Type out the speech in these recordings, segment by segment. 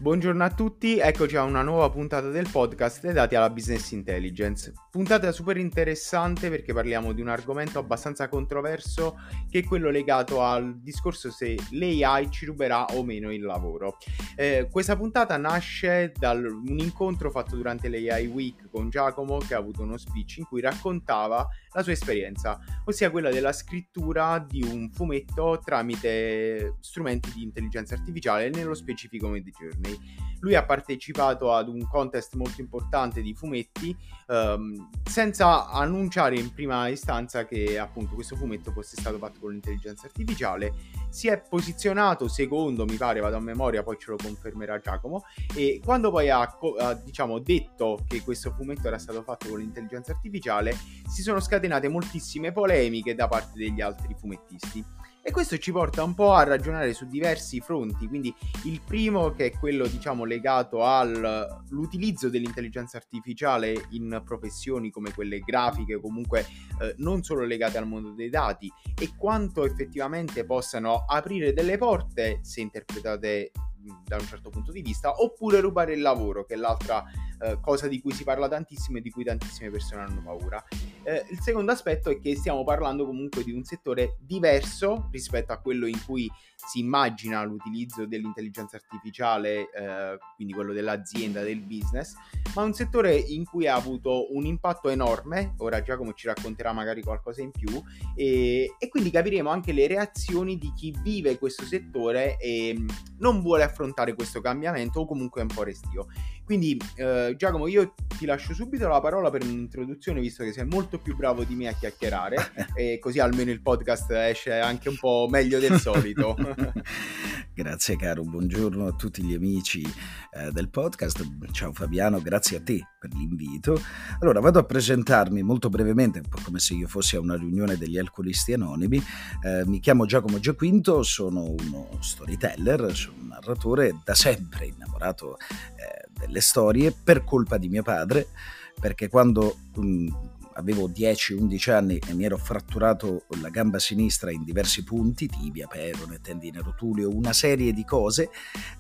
Buongiorno a tutti, eccoci a una nuova puntata del podcast dedicati alla business intelligence. Puntata super interessante perché parliamo di un argomento abbastanza controverso, che è quello legato al discorso se l'AI ci ruberà o meno il lavoro. Questa puntata nasce da un incontro fatto durante l'AI Week con Giacomo, che ha avuto uno speech in cui raccontava la sua esperienza, ossia quella della scrittura di un fumetto tramite strumenti di intelligenza artificiale, nello specifico Midjourney. Lui ha partecipato ad un contest molto importante di fumetti, senza annunciare in prima istanza che appunto questo fumetto fosse stato fatto con l'intelligenza artificiale. Si è posizionato secondo, mi pare, vado a memoria, poi ce lo confermerà Giacomo, e quando poi ha diciamo detto che questo fumetto era stato fatto con l'intelligenza artificiale, si sono scatenate moltissime polemiche da parte degli altri fumettisti. E questo ci porta un po' a ragionare su diversi fronti, quindi il primo, che è quello diciamo legato all'utilizzo dell'intelligenza artificiale in professioni come quelle grafiche, comunque non solo legate al mondo dei dati, e quanto effettivamente possano aprire delle porte se interpretate da un certo punto di vista, oppure rubare il lavoro, che è l'altra cosa di cui si parla tantissimo e di cui tantissime persone hanno paura. Il secondo aspetto è che stiamo parlando comunque di un settore diverso rispetto a quello in cui si immagina l'utilizzo dell'intelligenza artificiale, quindi quello dell'azienda, del business, ma un settore in cui ha avuto un impatto enorme. Ora Giacomo ci racconterà magari qualcosa in più, e quindi capiremo anche le reazioni di chi vive questo settore e non vuole affrontare questo cambiamento, o comunque è un po' restio. Quindi Giacomo, io ti lascio subito la parola per un'introduzione, visto che sei molto più bravo di me a chiacchierare, e così almeno il podcast esce anche un po' meglio del solito. Grazie caro, buongiorno a tutti gli amici del podcast. Ciao Fabiano, grazie a te per l'invito. Allora vado a presentarmi molto brevemente, un po' come se io fossi a una riunione degli alcolisti anonimi. Mi chiamo Giacomo Giaquinto, sono uno storyteller, sono un narratore, da sempre innamorato delle storie per colpa di mio padre, perché quando avevo 10-11 anni e mi ero fratturato la gamba sinistra in diversi punti, tibia, perone, tendine rotuleo, una serie di cose,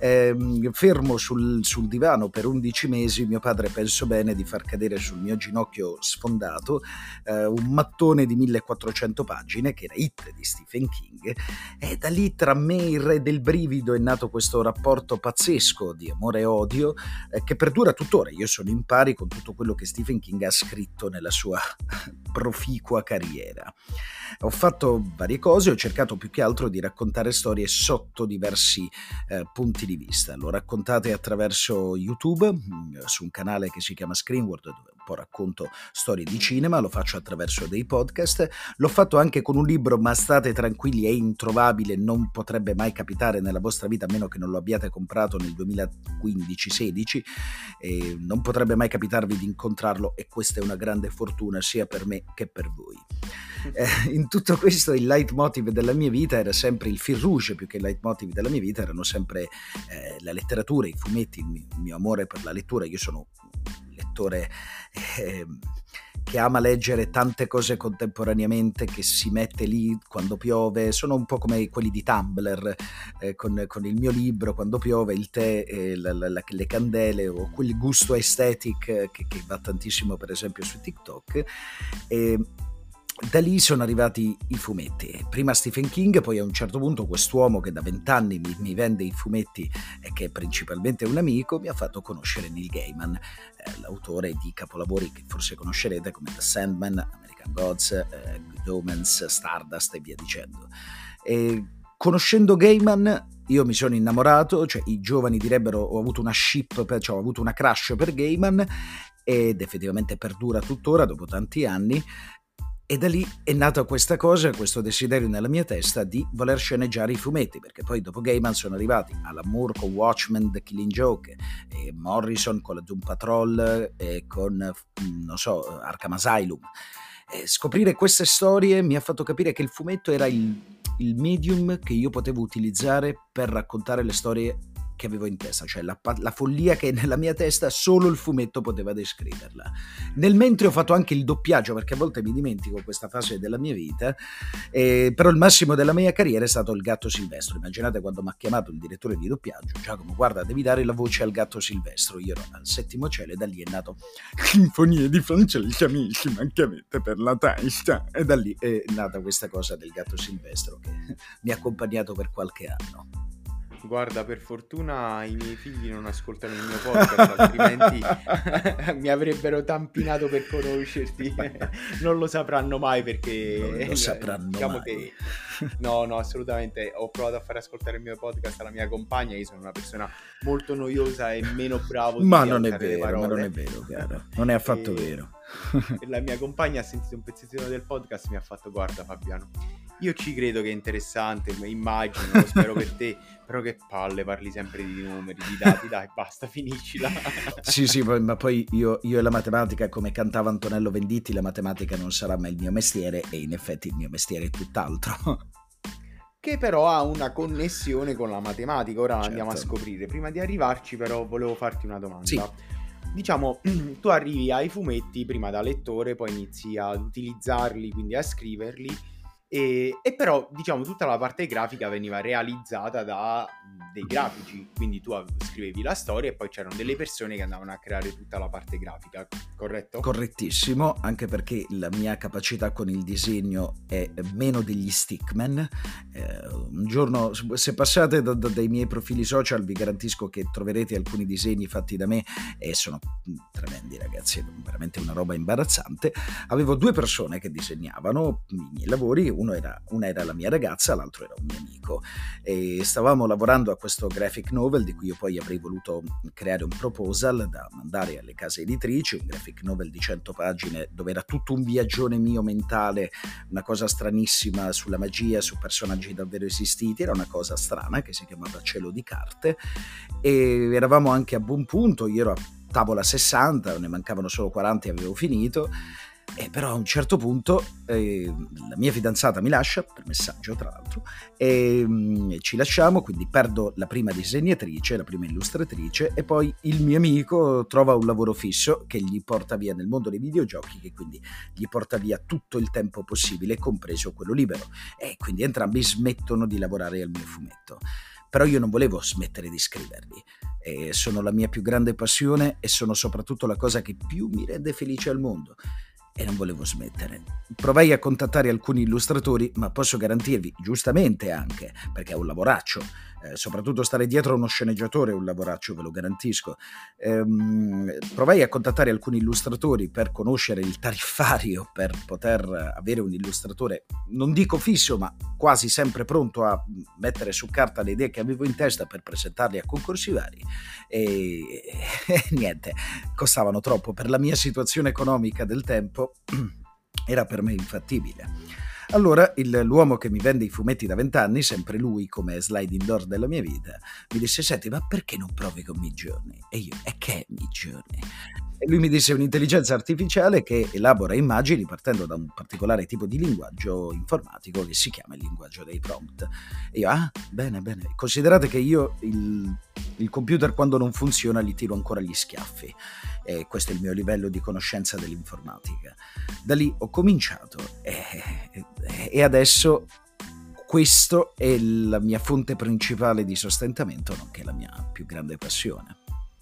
fermo sul divano per 11 mesi, mio padre pensò bene di far cadere sul mio ginocchio sfondato un mattone di 1400 pagine, che era It di Stephen King, e da lì tra me e il re del brivido è nato questo rapporto pazzesco di amore e odio che perdura tuttora. Io sono in pari con tutto quello che Stephen King ha scritto nella sua proficua carriera. Ho fatto varie cose, ho cercato più che altro di raccontare storie sotto diversi punti di vista. L'ho raccontate attraverso YouTube, su un canale che si chiama Screenworld, dove un po' racconto storie di cinema, lo faccio attraverso dei podcast, l'ho fatto anche con un libro, ma state tranquilli, è introvabile, non potrebbe mai capitare nella vostra vita, a meno che non lo abbiate comprato nel 2015-16, e non potrebbe mai capitarvi di incontrarlo, e questa è una grande fortuna sia per me che per voi. In tutto questo il leitmotiv della mia vita era sempre il fil rouge, più che il leitmotiv della mia vita erano sempre la letteratura, i fumetti, il mio amore per la lettura. Io sono un lettore che ama leggere tante cose contemporaneamente, che si mette lì quando piove. Sono un po' come quelli di Tumblr, con il mio libro quando piove, il tè, le candele, o quel gusto aesthetic che va tantissimo per esempio su TikTok. Da lì sono arrivati i fumetti, prima Stephen King, poi a un certo punto quest'uomo che da 20 anni mi vende i fumetti e che è principalmente un amico, mi ha fatto conoscere Neil Gaiman, l'autore di capolavori che forse conoscerete come The Sandman, American Gods, Good Omens, Stardust e via dicendo. E conoscendo Gaiman io mi sono innamorato, cioè i giovani direbbero ho avuto una cioè ho avuto una crush per Gaiman, ed effettivamente perdura tuttora dopo tanti anni. E da lì è nata questa cosa, questo desiderio nella mia testa di voler sceneggiare i fumetti, perché poi dopo Gaiman sono arrivati Alan Moore con Watchmen, The Killing Joke, e Morrison con la Doom Patrol, e con, non so, Arkham Asylum. E scoprire queste storie mi ha fatto capire che il fumetto era il medium che io potevo utilizzare per raccontare le storie che avevo in testa, cioè la follia che nella mia testa solo il fumetto poteva descriverla. Nel mentre ho fatto anche il doppiaggio, perché a volte mi dimentico questa fase della mia vita, però il massimo della mia carriera è stato il Gatto Silvestro. Immaginate quando mi ha chiamato il direttore di doppiaggio: Giacomo, guarda, devi dare la voce al Gatto Silvestro. Io ero al 7° cielo e da lì è nato Sinfonie di Francesca amici, ma che avete per la testa, e da lì è nata questa cosa del Gatto Silvestro che mi ha accompagnato per qualche anno. Guarda, per fortuna i miei figli non ascoltano il mio podcast, altrimenti mi avrebbero tampinato per conoscerti. Non lo sapranno mai perché... Non lo sapranno diciamo mai. Che... No, assolutamente. Ho provato a fare ascoltare il mio podcast alla mia compagna. Io sono una persona molto noiosa e meno bravo ma di non è alzare le vero, parole. ma non è vero, caro. Non è affatto vero. E la mia compagna ha sentito un pezzettino del podcast e mi ha fatto: guarda Fabiano, io ci credo che è interessante, immagino, lo spero per te, però che palle, parli sempre di numeri, di dati, dai, basta, finiscila. Sì, ma poi io e la matematica, come cantava Antonello Venditti, la matematica non sarà mai il mio mestiere, e in effetti il mio mestiere è tutt'altro. Che però ha una connessione con la matematica, ora Certo. andiamo a scoprire. Prima di arrivarci però volevo farti una domanda. Sì. Diciamo, tu arrivi ai fumetti prima da lettore, poi inizi ad utilizzarli, quindi a scriverli, e però diciamo tutta la parte grafica veniva realizzata da dei grafici, quindi tu scrivevi la storia e poi c'erano delle persone che andavano a creare tutta la parte grafica, corretto? Correttissimo, anche perché la mia capacità con il disegno è meno degli stickman. Un giorno, se passate dai miei profili social, vi garantisco che troverete alcuni disegni fatti da me e sono tremendi, ragazzi, è veramente una roba imbarazzante. Avevo 2 persone che disegnavano i miei lavori, una era la mia ragazza, l'altro era un mio amico, e stavamo lavorando a questo graphic novel di cui io poi avrei voluto creare un proposal da mandare alle case editrici, un graphic novel di 100 pagine dove era tutto un viaggione mio mentale, una cosa stranissima sulla magia, su personaggi davvero esistiti. Era una cosa strana che si chiamava Cielo di carte, e eravamo anche a buon punto. Io ero a tavola 60, ne mancavano solo 40 e avevo finito. Però a un certo punto la mia fidanzata mi lascia, per messaggio tra l'altro, e ci lasciamo, quindi perdo la prima disegnatrice, la prima illustratrice, e poi il mio amico trova un lavoro fisso che gli porta via nel mondo dei videogiochi, che quindi gli porta via tutto il tempo possibile, compreso quello libero, e quindi entrambi smettono di lavorare al mio fumetto. Però io non volevo smettere di scriverli, sono la mia più grande passione e sono soprattutto la cosa che più mi rende felice al mondo. E non volevo smettere. Provai a contattare alcuni illustratori, ma posso garantirvi, giustamente anche, perché è un lavoraccio, soprattutto stare dietro a uno sceneggiatore è un lavoraccio, ve lo garantisco. Provai a contattare alcuni illustratori per conoscere il tariffario, per poter avere un illustratore, non dico fisso, ma quasi sempre pronto a mettere su carta le idee che avevo in testa per presentarli a concorsi vari, e niente, costavano troppo. Per la mia situazione economica del tempo era per me infattibile. Allora l'uomo che mi vende i fumetti da 20 anni, sempre lui come sliding door della mia vita, mi disse: senti, ma perché non provi con Midjourney? E io: e che è Midjourney? E lui mi disse: un'intelligenza artificiale che elabora immagini partendo da un particolare tipo di linguaggio informatico che si chiama il linguaggio dei prompt. E io: bene, considerate che io il computer quando non funziona gli tiro ancora gli schiaffi, e questo è il mio livello di conoscenza dell'informatica. Da lì ho cominciato e adesso questo è la mia fonte principale di sostentamento, nonché la mia più grande passione.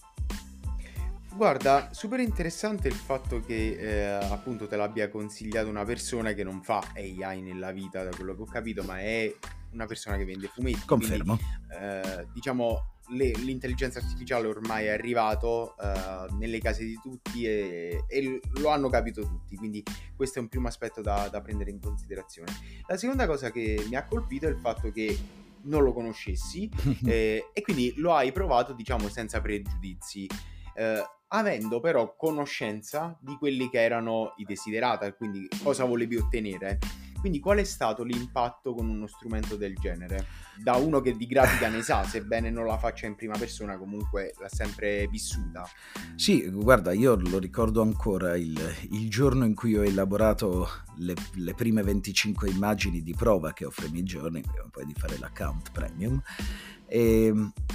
Guarda, super interessante il fatto che appunto te l'abbia consigliato una persona che non fa AI nella vita, da quello che ho capito, ma è una persona che vende fumetti. Confermo. Quindi, diciamo, l'intelligenza artificiale ormai è arrivato nelle case di tutti e lo hanno capito tutti, quindi questo è un primo aspetto da prendere in considerazione. La seconda cosa che mi ha colpito è il fatto che non lo conoscessi e quindi lo hai provato, diciamo, senza pregiudizi. Avendo però conoscenza di quelli che erano i desiderata, quindi cosa volevi ottenere. Quindi qual è stato l'impatto con uno strumento del genere? Da uno che di grafica ne sa, sebbene non la faccia in prima persona, comunque l'ha sempre vissuta. Sì, guarda, io lo ricordo ancora il giorno in cui ho elaborato le prime 25 immagini di prova che offre Midjourney, prima poi di fare l'account premium.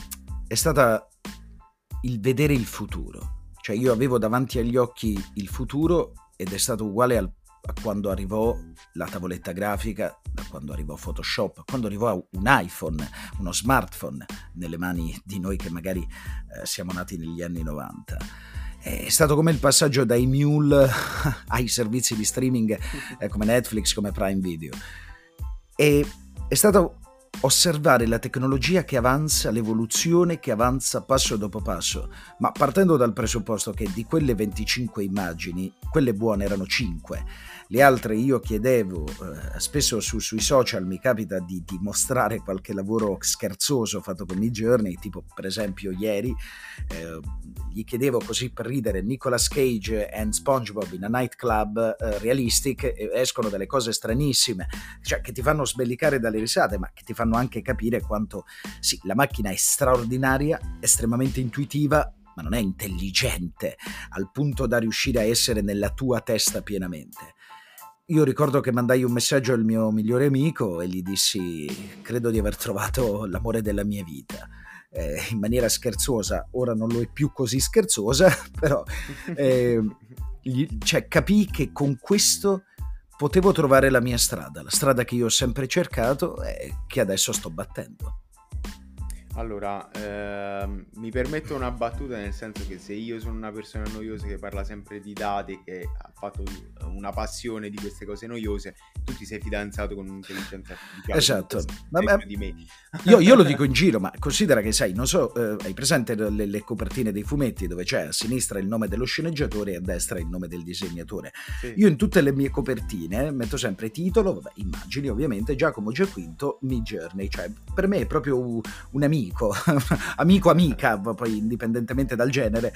è stata il vedere il futuro. Cioè io avevo davanti agli occhi il futuro ed è stato uguale a quando arrivò la tavoletta grafica, da quando arrivò Photoshop, quando arrivò un iPhone, uno smartphone nelle mani di noi che magari siamo nati negli anni 90. È stato come il passaggio dai mule ai servizi di streaming come Netflix, come Prime Video. E è stato osservare la tecnologia che avanza, l'evoluzione che avanza passo dopo passo, ma partendo dal presupposto che di quelle 25 immagini, quelle buone erano 5. Le altre io chiedevo, spesso sui social mi capita di mostrare qualche lavoro scherzoso fatto con Midjourney, tipo per esempio ieri gli chiedevo così per ridere Nicolas Cage and SpongeBob in a nightclub realistic, e escono delle cose stranissime, cioè che ti fanno sbellicare dalle risate, ma che ti fanno anche capire quanto sì, la macchina è straordinaria, estremamente intuitiva, ma non è intelligente al punto da riuscire a essere nella tua testa pienamente. Io ricordo che mandai un messaggio al mio migliore amico e gli dissi: credo di aver trovato l'amore della mia vita, in maniera scherzosa. Ora non lo è più così scherzosa, però cioè, capii che con questo potevo trovare la mia strada, la strada che io ho sempre cercato e che adesso sto battendo. Allora, mi permetto una battuta, nel senso che se io sono una persona noiosa che parla sempre di dati, che ha fatto una passione di queste cose noiose, tu ti sei fidanzato con un'intelligenza artificiale. Esatto. Di me. Io lo dico in giro, ma considera che sai, non so, hai presente le copertine dei fumetti dove c'è a sinistra il nome dello sceneggiatore e a destra il nome del disegnatore? Sì. Io in tutte le mie copertine metto sempre titolo, vabbè, immagini ovviamente, Giacomo Giaquinto, Midjourney, cioè per me è proprio un amico, amica, poi indipendentemente dal genere.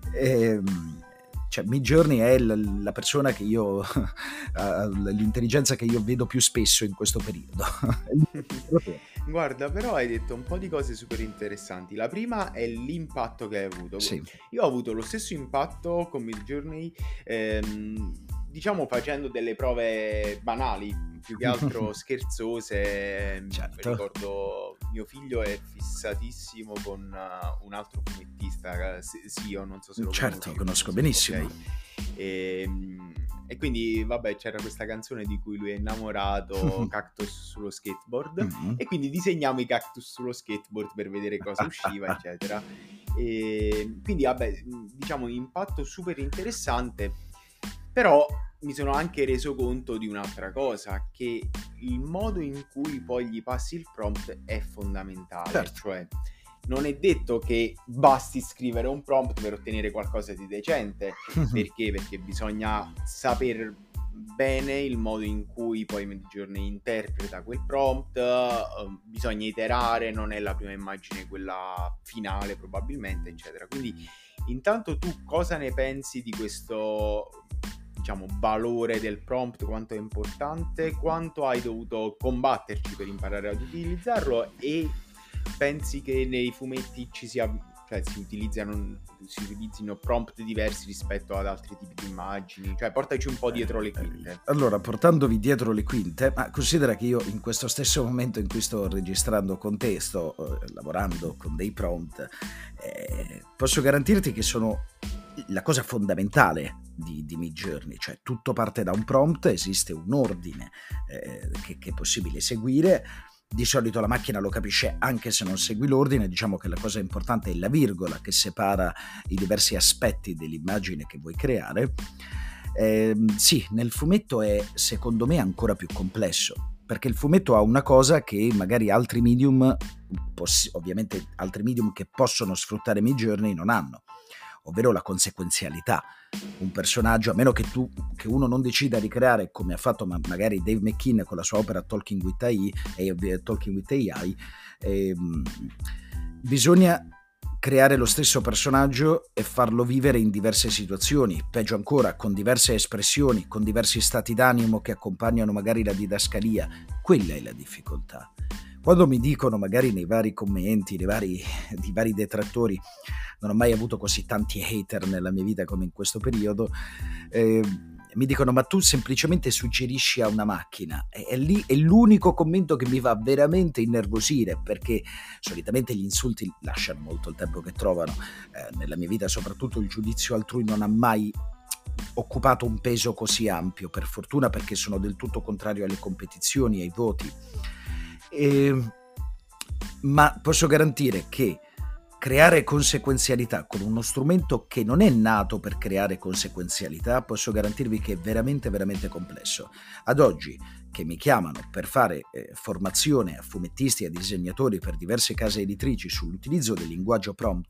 Cioè Midjourney è la persona che io l'intelligenza che io vedo più spesso in questo periodo. Guarda, però hai detto un po' di cose super interessanti. La prima è l'impatto che hai avuto. Sì. Io ho avuto lo stesso impatto con Midjourney, diciamo facendo delle prove banali, più che altro scherzose. Certo. Ricordo mio figlio è fissatissimo con un altro fumettista, Sio, non so se lo conosci. Certo, conosco benissimo. Okay. E quindi vabbè, c'era questa canzone di cui lui è innamorato, Cactus sullo skateboard, e quindi disegniamo i cactus sullo skateboard per vedere cosa usciva, eccetera. E quindi vabbè, diciamo un impatto super interessante, però mi sono anche reso conto di un'altra cosa, che il modo in cui poi gli passi il prompt è fondamentale. Certo. Cioè non è detto che basti scrivere un prompt per ottenere qualcosa di decente. Perché? Perché bisogna saper bene il modo in cui poi Midjourney interpreta quel prompt, bisogna iterare, non è la prima immagine quella finale probabilmente, eccetera. Quindi intanto tu cosa ne pensi di questo, diciamo, valore del prompt, quanto è importante, quanto hai dovuto combatterci per imparare ad utilizzarlo, e pensi che nei fumetti si utilizzino prompt diversi rispetto ad altri tipi di immagini? Cioè portaci un po' dietro le quinte. Allora, portandovi dietro le quinte, ma considera che io in questo stesso momento in cui sto registrando con te, sto lavorando con dei prompt, posso garantirti che sono la cosa fondamentale di Midjourney, cioè tutto parte da un prompt, esiste un ordine che è possibile seguire. Di solito la macchina lo capisce anche se non segui l'ordine. Diciamo che la cosa importante è la virgola che separa i diversi aspetti dell'immagine che vuoi creare. Sì, nel fumetto è secondo me ancora più complesso, perché il fumetto ha una cosa che magari altri medium, ovviamente altri medium che possono sfruttare Midjourney non hanno, ovvero la conseguenzialità. Un personaggio, a meno che uno non decida di creare come ha fatto magari Dave McKean con la sua opera Talking with AI, bisogna creare lo stesso personaggio e farlo vivere in diverse situazioni, peggio ancora con diverse espressioni, con diversi stati d'animo che accompagnano magari la didascalia. Quella è la difficoltà. Quando mi dicono magari nei vari commenti, di vari detrattori, non ho mai avuto così tanti hater nella mia vita come in questo periodo, mi dicono ma tu semplicemente suggerisci a una macchina, e lì è l'unico commento che mi fa veramente innervosire, perché solitamente gli insulti lasciano molto il tempo che trovano. Nella mia vita soprattutto il giudizio altrui non ha mai occupato un peso così ampio, per fortuna, perché sono del tutto contrario alle competizioni, ai voti. Ma posso garantire che creare conseguenzialità con uno strumento che non è nato per creare conseguenzialità, posso garantirvi che è veramente veramente complesso. Ad oggi, che mi chiamano per fare formazione a fumettisti e a disegnatori per diverse case editrici sull'utilizzo del linguaggio prompt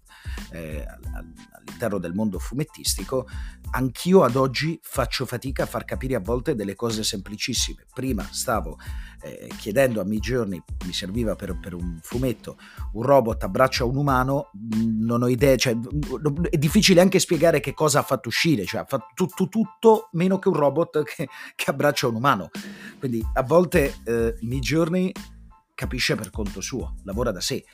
all'interno del mondo fumettistico, anch'io ad oggi faccio fatica a far capire a volte delle cose semplicissime. Prima stavo chiedendo a Midjourney, mi serviva per un fumetto, un robot abbraccia un umano, non ho idea, cioè è difficile anche spiegare che cosa ha fatto uscire, cioè ha fatto tutto meno che un robot che abbraccia un umano. Quindi a volte Midjourney capisce per conto suo, lavora da sé.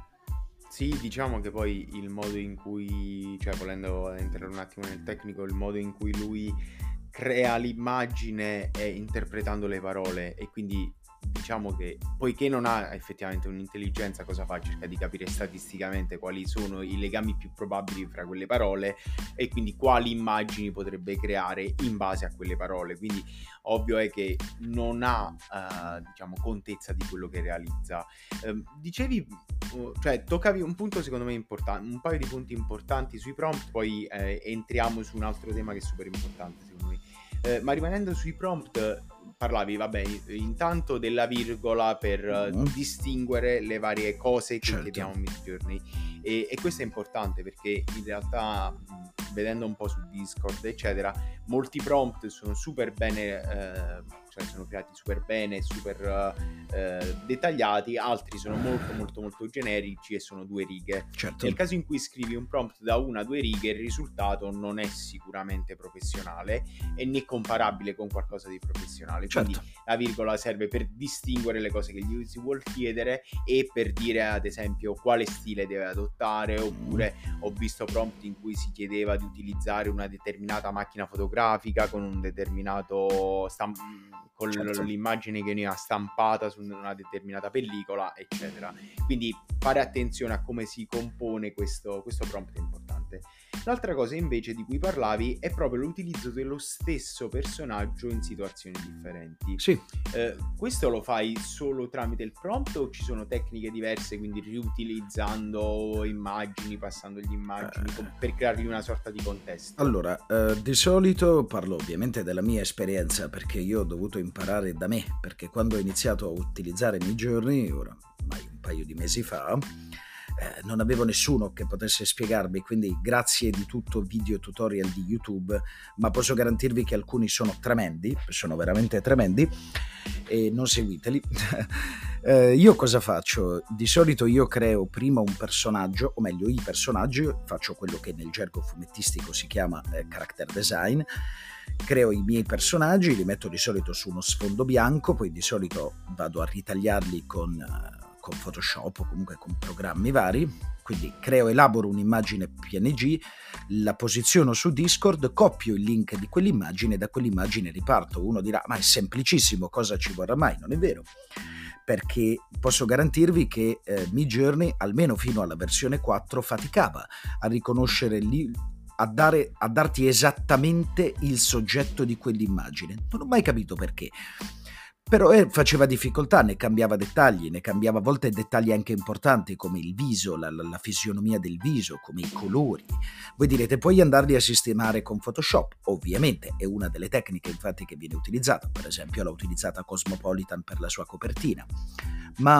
Sì, diciamo che poi il modo in cui, cioè volendo entrare un attimo nel tecnico, il modo in cui lui crea l'immagine è interpretando le parole, e quindi diciamo che poiché non ha effettivamente un'intelligenza, cosa fa? Cerca di capire statisticamente quali sono i legami più probabili fra quelle parole e quindi quali immagini potrebbe creare in base a quelle parole. Quindi ovvio è che non ha diciamo contezza di quello che realizza. Dicevi, cioè toccavi un punto secondo me importante, un paio di punti importanti sui prompt, poi entriamo su un altro tema che è super importante secondo me. Ma rimanendo sui prompt, parlavi, vabbè, intanto della virgola per distinguere le varie cose che chiediamo a Midjourney, e questo è importante perché in realtà vedendo un po' su Discord eccetera, molti prompt sono super bene cioè sono creati super bene, super dettagliati, altri sono molto generici e sono 2 righe. Nel caso in cui scrivi un prompt da 1 a 2 righe, il risultato non è sicuramente professionale e né comparabile con qualcosa di professionale. Quindi la virgola serve per distinguere le cose che gli si vuol chiedere e per dire ad esempio quale stile deve adottare, oppure ho visto prompt in cui si chiedeva di utilizzare una determinata macchina fotografica con un determinato con l'immagine che veniva stampata su una determinata pellicola eccetera. Quindi fare attenzione a come si compone questo prompt è importante. L'altra cosa invece di cui parlavi è proprio l'utilizzo dello stesso personaggio in situazioni differenti. Sì. Questo lo fai solo tramite il prompt o ci sono tecniche diverse, quindi riutilizzando immagini, passandogli immagini per creargli una sorta di contesto? Allora, di solito parlo ovviamente della mia esperienza, perché io ho dovuto imparare da me, perché quando ho iniziato a utilizzare Midjourney, ora ormai un paio di mesi fa, non avevo nessuno che potesse spiegarmi, quindi grazie di tutto video tutorial di YouTube, ma posso garantirvi che alcuni sono tremendi, sono veramente tremendi, e non seguiteli. Io cosa faccio? Di solito io creo prima un personaggio, o meglio i personaggi, faccio quello che nel gergo fumettistico si chiama character design. Creo i miei personaggi, li metto di solito su uno sfondo bianco, poi di solito vado a ritagliarli con Photoshop o comunque con programmi vari, quindi elaboro un'immagine PNG, la posiziono su Discord, copio il link di quell'immagine e da quell'immagine riparto. Uno dirà, ma è semplicissimo, cosa ci vorrà mai? Non è vero, perché posso garantirvi che Midjourney, almeno fino alla versione 4, faticava a riconoscere a darti esattamente il soggetto di quell'immagine. Non ho mai capito perché. Però faceva difficoltà, ne cambiava dettagli, ne cambiava a volte dettagli anche importanti come il viso, la fisionomia del viso, come i colori. Voi direte, puoi andarli a sistemare con Photoshop? Ovviamente, è una delle tecniche infatti che viene utilizzata, per esempio l'ha utilizzata Cosmopolitan per la sua copertina, ma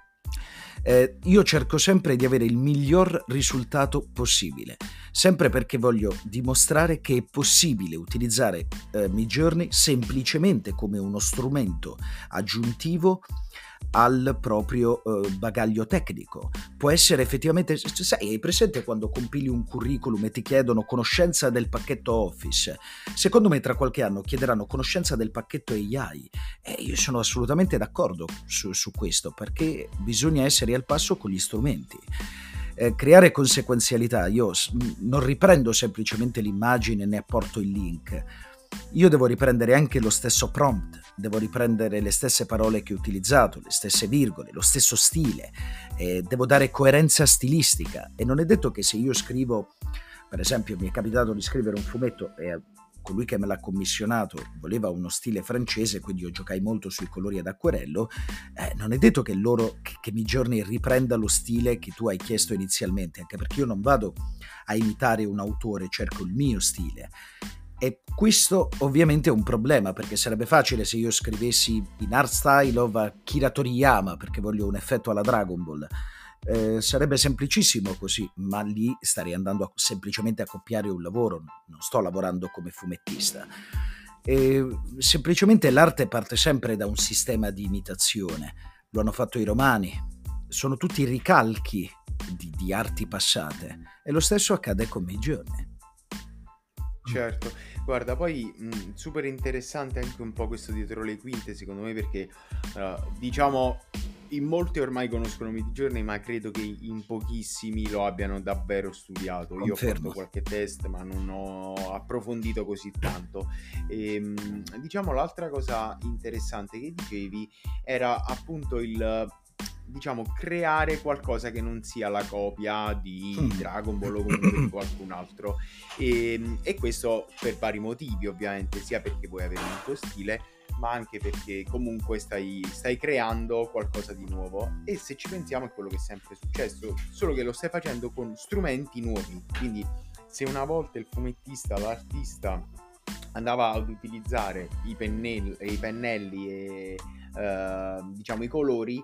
io cerco sempre di avere il miglior risultato possibile, sempre perché voglio dimostrare che è possibile utilizzare Midjourney semplicemente come uno strumento aggiuntivo al proprio bagaglio tecnico. Può essere effettivamente, sai, hai presente quando compili un curriculum e ti chiedono conoscenza del pacchetto Office? Secondo me tra qualche anno chiederanno conoscenza del pacchetto AI, e io sono assolutamente d'accordo su questo, perché bisogna essere al passo con gli strumenti. Creare conseguenzialità, io non riprendo semplicemente l'immagine e ne apporto il link, io devo riprendere anche lo stesso prompt, devo riprendere le stesse parole che ho utilizzato, le stesse virgole, lo stesso stile, devo dare coerenza stilistica, e non è detto che se io scrivo, per esempio mi è capitato di scrivere un fumetto e colui che me l'ha commissionato voleva uno stile francese, quindi io giocai molto sui colori ad acquerello, non è detto che che Midjourney riprenda lo stile che tu hai chiesto inizialmente, anche perché io non vado a imitare un autore, cerco il mio stile. E questo ovviamente è un problema, perché sarebbe facile se io scrivessi in art style of Akira Toriyama perché voglio un effetto alla Dragon Ball. Sarebbe semplicissimo così, ma lì starei andando semplicemente a copiare un lavoro, non sto lavorando come fumettista. Semplicemente l'arte parte sempre da un sistema di imitazione, lo hanno fatto i romani, sono tutti ricalchi di arti passate, e lo stesso accade con Midjourney. Certo, guarda, poi super interessante anche un po' questo dietro le quinte, secondo me, perché diciamo in molti ormai conoscono Midjourney, ma credo che in pochissimi lo abbiano davvero studiato. Io ho fatto qualche test, ma non ho approfondito così tanto. Diciamo, l'altra cosa interessante che dicevi era appunto diciamo, creare qualcosa che non sia la copia di Dragon Ball o comunque di qualcun altro, e questo per vari motivi, ovviamente, sia perché vuoi avere un tuo stile, ma anche perché comunque stai creando qualcosa di nuovo. E se ci pensiamo è quello che è sempre successo, solo che lo stai facendo con strumenti nuovi. Quindi se una volta il fumettista, l'artista andava ad utilizzare i pennelli e diciamo i colori,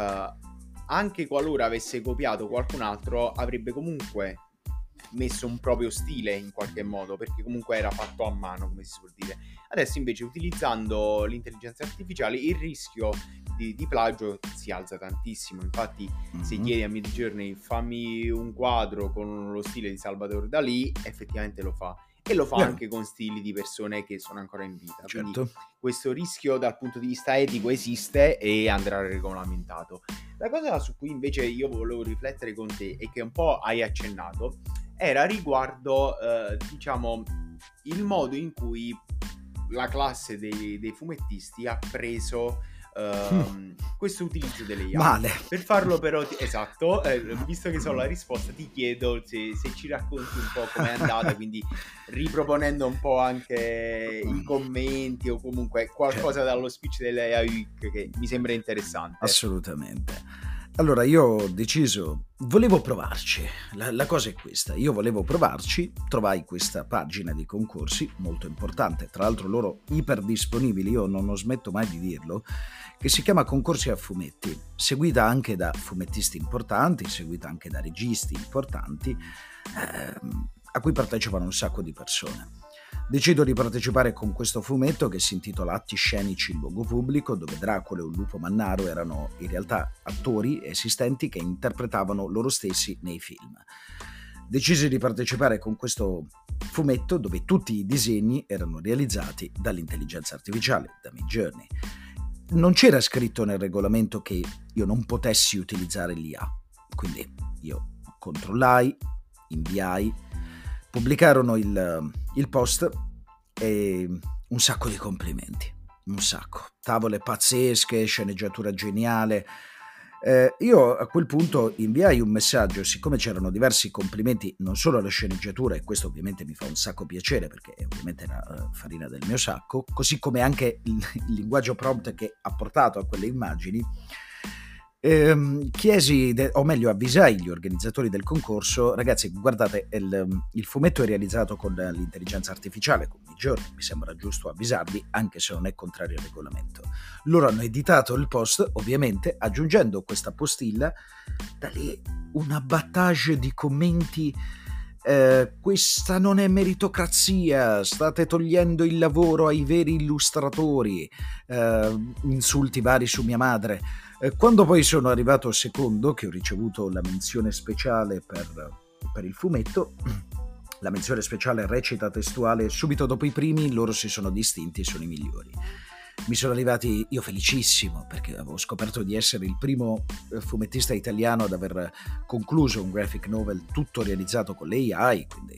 anche qualora avesse copiato qualcun altro, avrebbe comunque messo un proprio stile in qualche modo, perché comunque era fatto a mano, come si suol dire. Adesso invece, utilizzando l'intelligenza artificiale, il rischio di plagio si alza tantissimo. Infatti se chiedi a Midjourney fammi un quadro con lo stile di Salvador Dalì, effettivamente lo fa, e lo fa anche con stili di persone che sono ancora in vita. Quindi questo rischio dal punto di vista etico esiste e andrà regolamentato. La cosa su cui invece io volevo riflettere con te, e che un po' hai accennato, era riguardo diciamo il modo in cui la classe dei fumettisti ha preso questo utilizzo delle AI. Male. Per farlo però, esatto, visto che so la risposta, ti chiedo se ci racconti un po' com'è andata, quindi riproponendo un po' anche i commenti o comunque qualcosa dallo speech delle AI Week, che mi sembra interessante. Assolutamente. Allora, io ho deciso, volevo provarci, la cosa è questa, io volevo provarci, trovai questa pagina di concorsi, molto importante, tra l'altro loro iper disponibili, io non smetto mai di dirlo, che si chiama Concorsi a Fumetti, seguita anche da fumettisti importanti, seguita anche da registi importanti, a cui partecipano un sacco di persone. Decido di partecipare con questo fumetto che si intitola Atti scenici in luogo pubblico, dove Dracula e un lupo mannaro erano in realtà attori esistenti che interpretavano loro stessi nei film. Decisi di partecipare con questo fumetto dove tutti i disegni erano realizzati dall'intelligenza artificiale, da Midjourney. Non c'era scritto nel regolamento che io non potessi utilizzare l'IA, quindi io controllai, inviai, pubblicarono il post e un sacco di complimenti, un sacco, tavole pazzesche, sceneggiatura geniale. Io a quel punto inviai un messaggio, siccome c'erano diversi complimenti non solo alla sceneggiatura, e questo ovviamente mi fa un sacco piacere perché ovviamente era farina del mio sacco, così come anche il linguaggio prompt che ha portato a quelle immagini. Chiesi, o meglio avvisai gli organizzatori del concorso: ragazzi, guardate, il fumetto è realizzato con l'intelligenza artificiale, con Midjourney, mi sembra giusto avvisarvi, anche se non è contrario al regolamento. Loro hanno editato il post, ovviamente aggiungendo questa postilla, da lì una battage di commenti: questa non è meritocrazia, state togliendo il lavoro ai veri illustratori, insulti vari su mia madre. Quando poi sono arrivato secondo, che ho ricevuto la menzione speciale per il fumetto, la menzione speciale recita testuale: subito dopo i primi loro si sono distinti e sono i migliori. Mi sono arrivati, io felicissimo, perché avevo scoperto di essere il primo fumettista italiano ad aver concluso un graphic novel tutto realizzato con le AI, quindi ero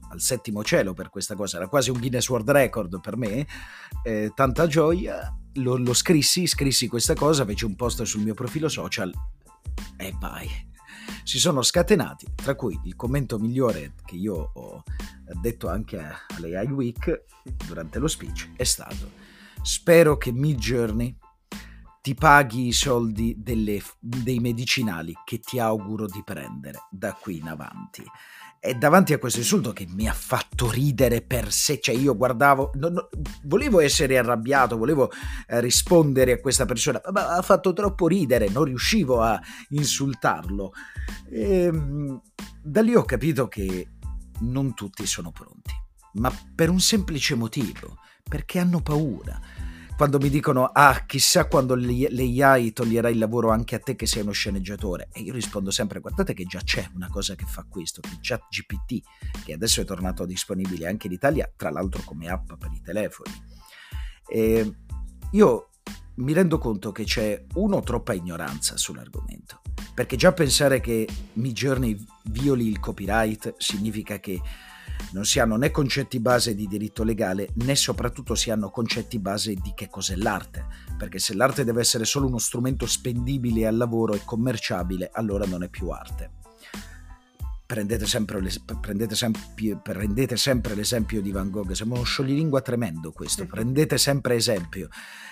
al settimo cielo per questa cosa, era quasi un Guinness World Record per me, tanta gioia, lo scrissi questa cosa, feci un post sul mio profilo social e vai, si sono scatenati, tra cui il commento migliore che io ho detto anche all'AI Week durante lo speech è stato: spero che Midjourney ti paghi i soldi dei medicinali che ti auguro di prendere da qui in avanti. E davanti a questo insulto che mi ha fatto ridere per sé, cioè io guardavo, volevo essere arrabbiato, volevo rispondere a questa persona, ma ha fatto troppo ridere, non riuscivo a insultarlo. Da lì ho capito che non tutti sono pronti, ma per un semplice motivo, perché hanno paura. Quando mi dicono, chissà quando l'AI toglierà il lavoro anche a te che sei uno sceneggiatore, e io rispondo sempre, guardate che già c'è una cosa che fa questo, che ChatGPT, che adesso è tornato disponibile anche in Italia, tra l'altro come app per i telefoni. E io mi rendo conto che c'è troppa ignoranza sull'argomento, perché già pensare che Midjourney violi il copyright significa che non si hanno né concetti base di diritto legale, né soprattutto si hanno concetti base di che cos'è l'arte, perché se l'arte deve essere solo uno strumento spendibile al lavoro e commerciabile, allora non è più arte. Prendete sempre l'esempio di Van Gogh, sembra uno scioglilingua tremendo questo, prendete sempre esempio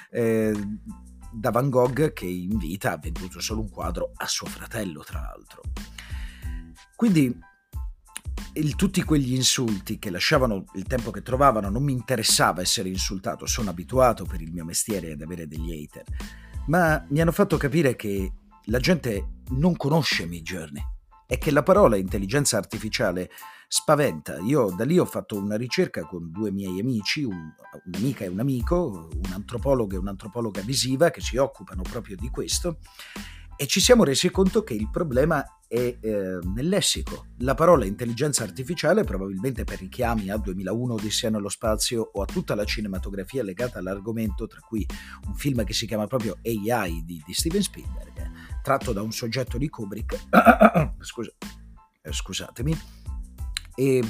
da Van Gogh, che in vita ha venduto solo un quadro a suo fratello, tra l'altro. Quindi tutti quegli insulti che lasciavano il tempo che trovavano, non mi interessava essere insultato, sono abituato per il mio mestiere ad avere degli hater, ma mi hanno fatto capire che la gente non conosce Midjourney e che la parola intelligenza artificiale spaventa. Io da lì ho fatto una ricerca con due miei amici, un'amica e un amico, un antropologo e un'antropologa visiva che si occupano proprio di questo, e ci siamo resi conto che il problema è nel lessico. La parola intelligenza artificiale, probabilmente per richiami a 2001 Odissea nello spazio o a tutta la cinematografia legata all'argomento, tra cui un film che si chiama proprio AI di Steven Spielberg, tratto da un soggetto di Kubrick, scusatemi, e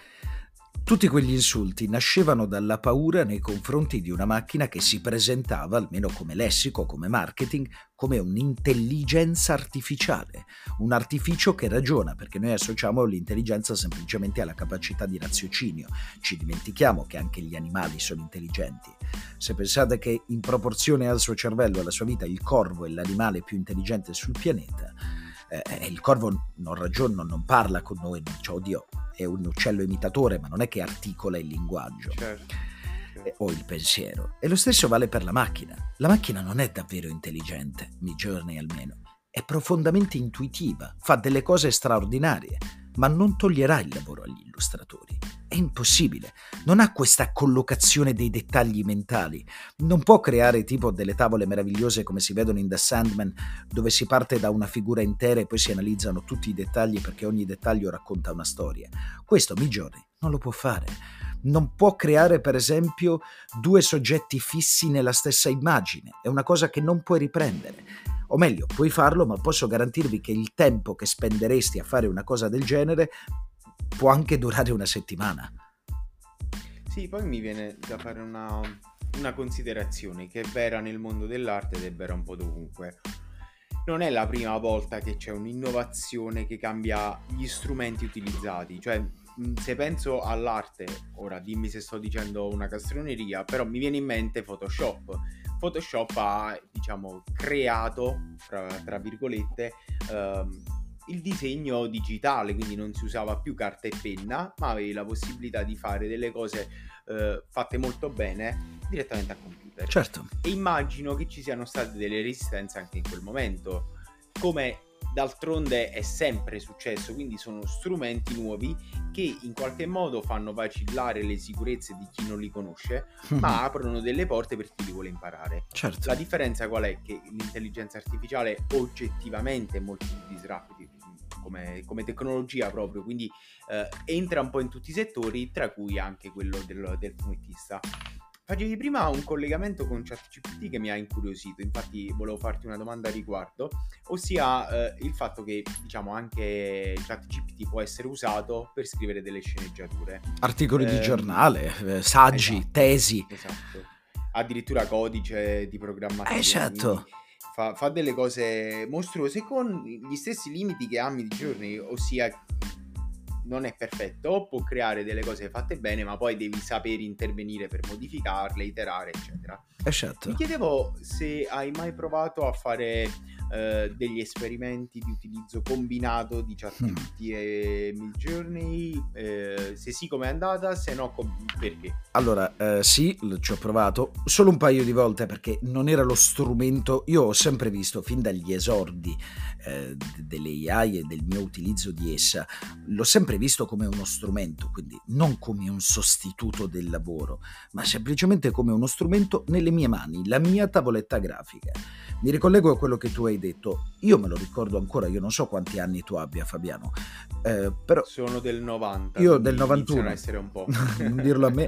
tutti quegli insulti nascevano dalla paura nei confronti di una macchina che si presentava, almeno come lessico, come marketing, come un'intelligenza artificiale, un artificio che ragiona, perché noi associamo l'intelligenza semplicemente alla capacità di raziocinio. Ci dimentichiamo che anche gli animali sono intelligenti. Se pensate che in proporzione al suo cervello e alla sua vita il corvo è l'animale più intelligente sul pianeta, il corvo non ragiona, non parla con noi, oddio, è un uccello imitatore, ma non è che articola il linguaggio, certo. O il pensiero. E lo stesso vale per la macchina. La macchina non è davvero intelligente, Midjourney almeno, è profondamente intuitiva, fa delle cose straordinarie, ma non toglierà il lavoro agli illustratori. È impossibile, non ha questa collocazione dei dettagli mentali, non può creare tipo delle tavole meravigliose come si vedono in The Sandman, dove si parte da una figura intera e poi si analizzano tutti i dettagli perché ogni dettaglio racconta una storia. Questo Midjourney non lo può fare. Non può creare, per esempio, due soggetti fissi nella stessa immagine, è una cosa che non puoi riprendere. O meglio, puoi farlo, ma posso garantirvi che il tempo che spenderesti a fare una cosa del genere può anche durare una settimana. Sì, poi mi viene da fare una considerazione che è vera nel mondo dell'arte ed è vera un po' dovunque. Non è la prima volta che c'è un'innovazione che cambia gli strumenti utilizzati, cioè se penso all'arte, ora dimmi se sto dicendo una castroneria, però mi viene in mente Photoshop. Photoshop ha, diciamo, creato, tra virgolette, il disegno digitale, quindi non si usava più carta e penna, ma avevi la possibilità di fare delle cose fatte molto bene direttamente a computer. Certo. E immagino che ci siano state delle resistenze anche in quel momento, come d'altronde è sempre successo, quindi sono strumenti nuovi che in qualche modo fanno vacillare le sicurezze di chi non li conosce, ma aprono delle porte per chi li vuole imparare. Certo. La differenza qual è? Che l'intelligenza artificiale oggettivamente è molto più disruptive come tecnologia proprio, quindi entra un po' in tutti i settori, tra cui anche quello del fumettista. Facevi prima un collegamento con ChatGPT che mi ha incuriosito, infatti volevo farti una domanda a riguardo, ossia il fatto che diciamo anche ChatGPT può essere usato per scrivere delle sceneggiature. Articoli di giornale, saggi, Esatto, tesi. esatto. Addirittura codice di programmazione, quindi Esatto. fa delle cose mostruose con gli stessi limiti che ha Midjourney, ossia non è perfetto, può creare delle cose fatte bene, ma poi devi saper intervenire per modificarle, iterare, eccetera. Mi Esatto. chiedevo se hai mai provato a fare degli esperimenti di utilizzo combinato di ChatGPT e Midjourney, se sì come è andata, se no perché? Allora, sì, ci ho provato solo un paio di volte perché non era lo strumento. Io ho sempre visto fin dagli esordi delle AI e del mio utilizzo di essa, l'ho sempre visto come uno strumento, quindi non come un sostituto del lavoro, ma semplicemente come uno strumento nelle mie mani, la mia tavoletta grafica. Mi ricollego a quello che tu hai detto. Io me lo ricordo ancora, io non so quanti anni tu abbia, Fabiano, però Sono del 90, io del quindi iniziano 91, a essere un po'. non dirlo a me.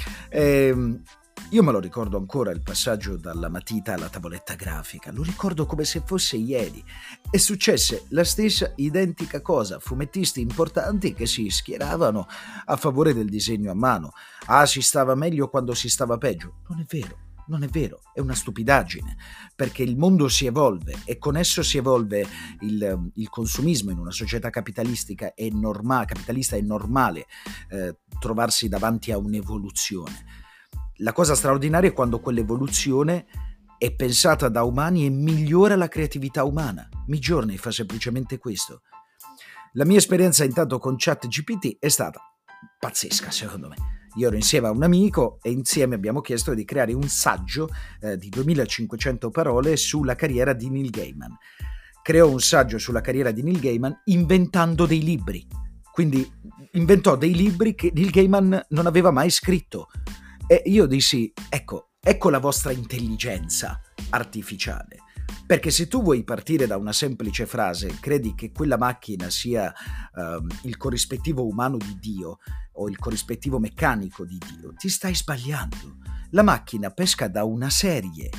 Io me lo ricordo ancora il passaggio dalla matita alla tavoletta grafica, lo ricordo come se fosse ieri. E successe la stessa identica cosa, fumettisti importanti che si schieravano a favore del disegno a mano. Ah, si stava meglio quando si stava peggio. Non è vero. Non è vero, è una stupidaggine, perché il mondo si evolve e con esso si evolve il consumismo. In una società capitalistica capitalista è normale trovarsi davanti a un'evoluzione. La cosa straordinaria è quando quell'evoluzione è pensata da umani e migliora la creatività umana. Midjourney fa semplicemente questo. La mia esperienza intanto con ChatGPT è stata pazzesca, secondo me. Io ero insieme a un amico e insieme abbiamo chiesto di creare un saggio di 2500 parole sulla carriera di Neil Gaiman. Creò un saggio sulla carriera di Neil Gaiman inventando dei libri. Quindi inventò dei libri che Neil Gaiman non aveva mai scritto. E io dissi, ecco la vostra intelligenza artificiale. Perché se tu vuoi partire da una semplice frase, credi che quella macchina sia il corrispettivo umano di Dio o il corrispettivo meccanico di Dio, ti stai sbagliando. La macchina pesca da una serie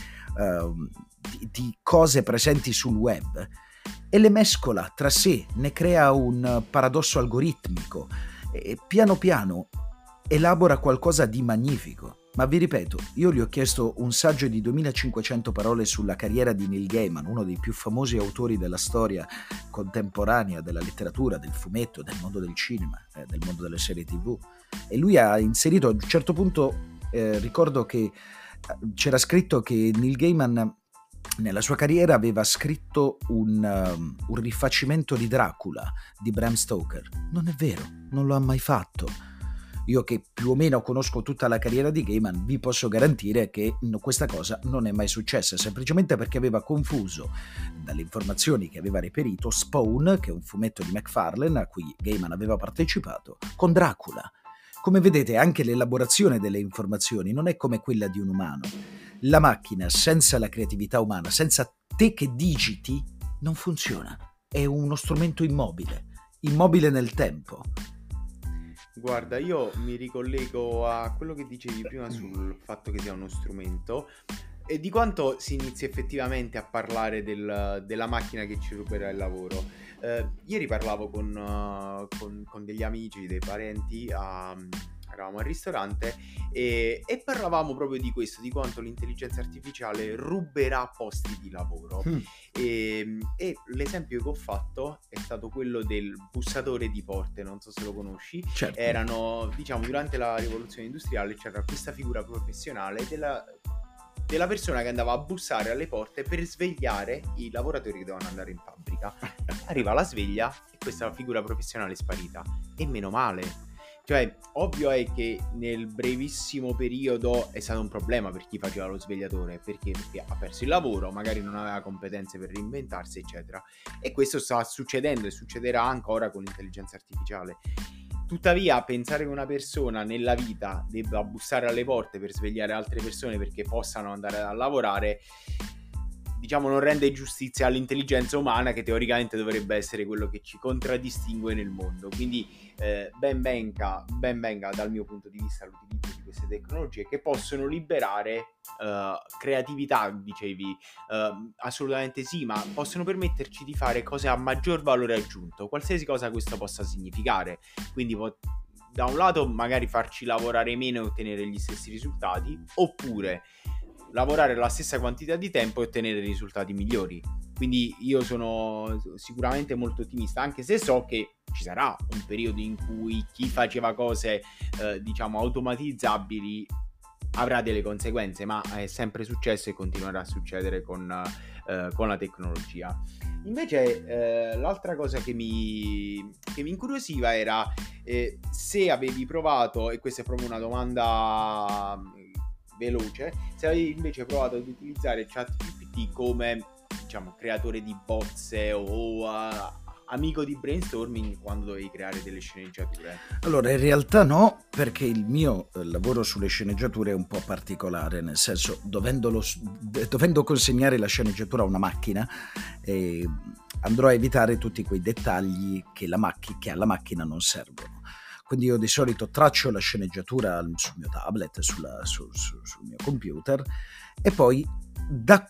di cose presenti sul web e le mescola tra sé, ne crea un paradosso algoritmico e piano piano elabora qualcosa di magnifico. Ma vi ripeto, io gli ho chiesto un saggio di 2500 parole sulla carriera di Neil Gaiman, uno dei più famosi autori della storia contemporanea, della letteratura, del fumetto, del mondo del cinema, del mondo delle serie TV. E lui ha inserito, a un certo punto, ricordo che c'era scritto che Neil Gaiman nella sua carriera aveva scritto un rifacimento di Dracula di Bram Stoker. Non è vero, non lo ha mai fatto. Io che più o meno conosco tutta la carriera di Gaiman vi posso garantire che questa cosa non è mai successa, semplicemente perché aveva confuso dalle informazioni che aveva reperito Spawn, che è un fumetto di McFarlane a cui Gaiman aveva partecipato, con Dracula. Come vedete, anche l'elaborazione delle informazioni non è come quella di un umano. La macchina senza la creatività umana, senza te che digiti, non funziona. È uno strumento immobile nel tempo. Guarda, io mi ricollego a quello che dicevi prima sul fatto che sia uno strumento e di quanto si inizi effettivamente a parlare della macchina che ci ruberà il lavoro. Ieri parlavo con degli amici, dei parenti, eravamo al ristorante e parlavamo proprio di questo, di quanto l'intelligenza artificiale ruberà posti di lavoro. E l'esempio che ho fatto è stato quello del bussatore di porte, non so se lo conosci. Certo. Erano, diciamo, durante la rivoluzione industriale c'era questa figura professionale della persona che andava a bussare alle porte per svegliare i lavoratori che dovevano andare in fabbrica. Arriva la sveglia e questa figura professionale è sparita. E meno male. Cioè, ovvio è che nel brevissimo periodo è stato un problema per chi faceva lo svegliatore, perché ha perso il lavoro, magari non aveva competenze per reinventarsi, eccetera. E questo sta succedendo e succederà ancora con l'intelligenza artificiale. Tuttavia, pensare che una persona nella vita debba bussare alle porte per svegliare altre persone perché possano andare a lavorare diciamo non rende giustizia all'intelligenza umana, che teoricamente dovrebbe essere quello che ci contraddistingue nel mondo. Quindi ben venga dal mio punto di vista l'utilizzo di queste tecnologie che possono liberare creatività, dicevi, assolutamente sì, ma possono permetterci di fare cose a maggior valore aggiunto, qualsiasi cosa questo possa significare. Quindi da un lato magari farci lavorare meno e ottenere gli stessi risultati, oppure lavorare la stessa quantità di tempo e ottenere risultati migliori. Quindi io sono sicuramente molto ottimista, anche se so che ci sarà un periodo in cui chi faceva cose diciamo automatizzabili avrà delle conseguenze, ma è sempre successo e continuerà a succedere con la tecnologia. Invece l'altra cosa che mi incuriosiva era se avevi provato, e questa è proprio una domanda veloce, se avevi invece provato ad utilizzare ChatGPT come, diciamo, creatore di bozze o amico di brainstorming quando dovevi creare delle sceneggiature. Allora, in realtà no, perché il mio lavoro sulle sceneggiature è un po' particolare, nel senso, dovendo consegnare la sceneggiatura a una macchina, andrò a evitare tutti quei dettagli che alla macchina non servono. Quindi io di solito traccio la sceneggiatura sul mio tablet, sul mio computer, e poi da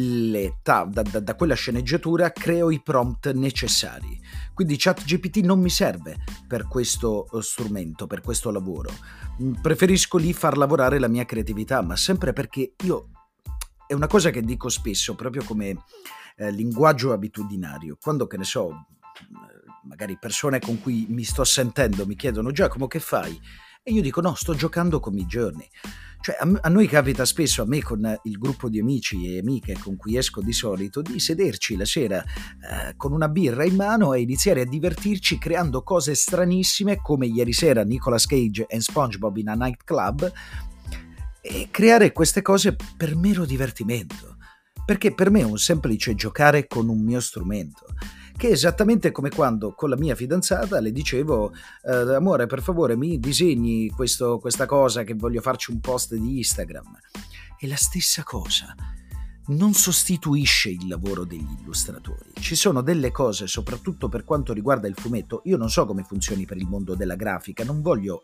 quella sceneggiatura creo i prompt necessari. Quindi ChatGPT non mi serve per questo strumento, per questo lavoro. Preferisco lì far lavorare la mia creatività, ma sempre perché è una cosa che dico spesso, proprio come linguaggio abitudinario. Quando, che ne so, magari persone con cui mi sto sentendo mi chiedono: Giacomo, che fai? E io dico: no, sto giocando con Midjourney. Cioè a noi capita spesso, a me con il gruppo di amici e amiche con cui esco di solito, di sederci la sera con una birra in mano e iniziare a divertirci creando cose stranissime, come ieri sera Nicolas Cage e SpongeBob in a nightclub, e creare queste cose per mero divertimento, perché per me è un semplice giocare con un mio strumento, che è esattamente come quando con la mia fidanzata le dicevo: amore, per favore mi disegni questa cosa che voglio farci un post di Instagram. È la stessa cosa, non sostituisce il lavoro degli illustratori. Ci sono delle cose, soprattutto per quanto riguarda il fumetto, io non so come funzioni per il mondo della grafica, non voglio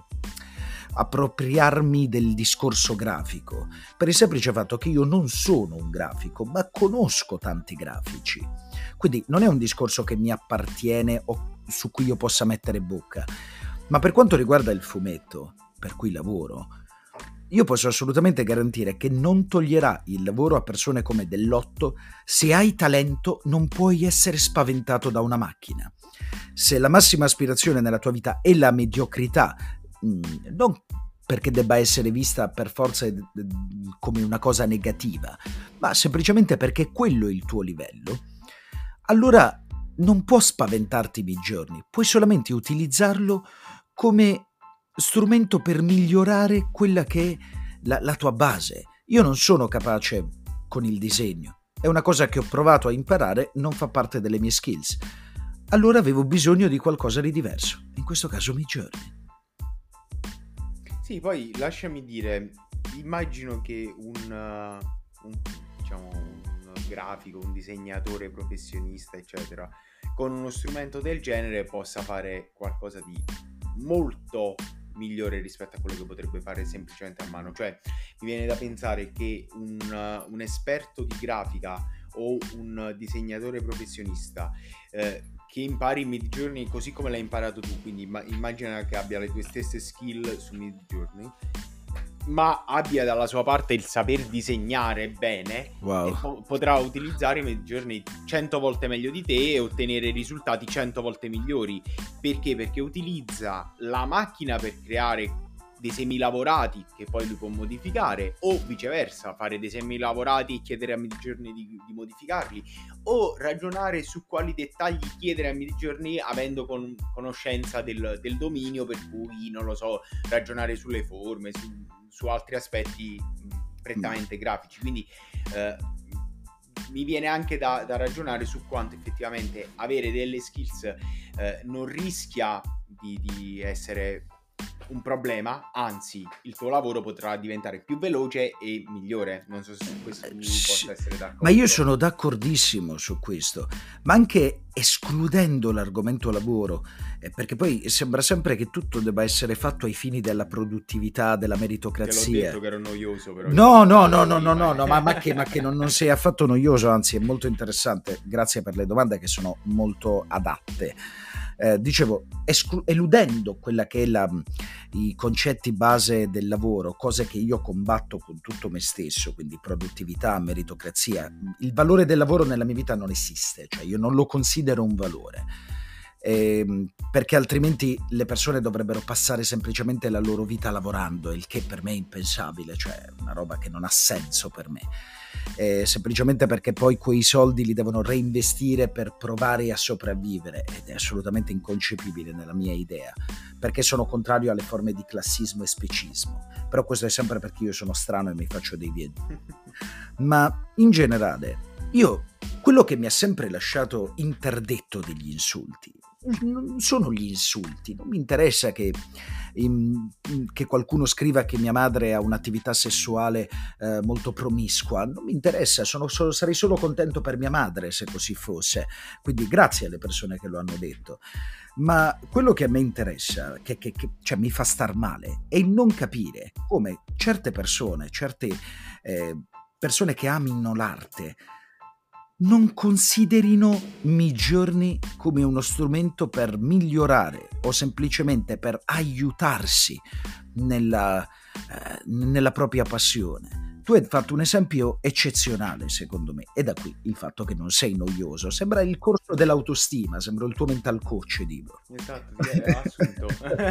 appropriarmi del discorso grafico, per il semplice fatto che io non sono un grafico, ma conosco tanti grafici. Quindi non è un discorso che mi appartiene o su cui io possa mettere bocca. Ma per quanto riguarda il fumetto, per cui lavoro, io posso assolutamente garantire che non toglierà il lavoro a persone come Dell'Otto. Se hai talento non puoi essere spaventato da una macchina. Se la massima aspirazione nella tua vita è la mediocrità, non perché debba essere vista per forza come una cosa negativa, ma semplicemente perché quello è il tuo livello, allora non può spaventarti Midjourney, puoi solamente utilizzarlo come strumento per migliorare quella che è la tua base. Io non sono capace con il disegno, è una cosa che ho provato a imparare, non fa parte delle mie skills. Allora avevo bisogno di qualcosa di diverso, in questo caso Midjourney. Sì, poi lasciami dire, immagino che un grafico, un disegnatore professionista, eccetera, con uno strumento del genere possa fare qualcosa di molto migliore rispetto a quello che potrebbe fare semplicemente a mano. Cioè, mi viene da pensare che un esperto di grafica o un disegnatore professionista che impari Midjourney così come l'hai imparato tu, quindi immagina che abbia le tue stesse skill su Midjourney, ma abbia dalla sua parte il saper disegnare bene, wow, potrà utilizzare Midjourney 100 volte meglio di te e ottenere risultati 100 volte migliori. Perché? Perché utilizza la macchina per creare dei semilavorati che poi lui può modificare, o viceversa fare dei semilavorati e chiedere a Midjourney di modificarli, o ragionare su quali dettagli chiedere a Midjourney avendo conoscenza del dominio, per cui, non lo so, ragionare sulle forme, su altri aspetti prettamente grafici. Quindi mi viene anche da ragionare su quanto effettivamente avere delle skills non rischia di essere un problema, anzi il tuo lavoro potrà diventare più veloce e migliore. Non so se su questo tu possa essere d'accordo. Ma io sono d'accordissimo su questo, ma anche escludendo l'argomento lavoro, perché poi sembra sempre che tutto debba essere fatto ai fini della produttività, della Te l'ho meritocrazia. detto che ero noioso, però No, sì, ma che non sei affatto noioso, anzi è molto interessante. Grazie per le domande che sono molto adatte. Dicevo, eludendo quella che è i concetti base del lavoro, cose che io combatto con tutto me stesso, quindi produttività, meritocrazia, il valore del lavoro nella mia vita non esiste, cioè io non lo considero un valore. Perché altrimenti le persone dovrebbero passare semplicemente la loro vita lavorando, il che per me è impensabile, cioè una roba che non ha senso per me, semplicemente perché poi quei soldi li devono reinvestire per provare a sopravvivere, ed è assolutamente inconcepibile nella mia idea, perché sono contrario alle forme di classismo e specismo, però questo è sempre perché io sono strano e mi faccio dei vieti. Ma in generale, quello che mi ha sempre lasciato interdetto degli insulti non sono gli insulti, non mi interessa che qualcuno scriva che mia madre ha un'attività sessuale molto promiscua, non mi interessa, sarei solo contento per mia madre se così fosse, quindi grazie alle persone che lo hanno detto. Ma quello che a me interessa, cioè mi fa star male, è il non capire come certe persone che amino l'arte non considerino Midjourney come uno strumento per migliorare o semplicemente per aiutarsi nella propria passione. Tu hai fatto un esempio eccezionale, secondo me, e da qui il fatto che non sei noioso. Sembra il corso dell'autostima, sembra il tuo mental coach, Divo. Esatto, sì, è assunto.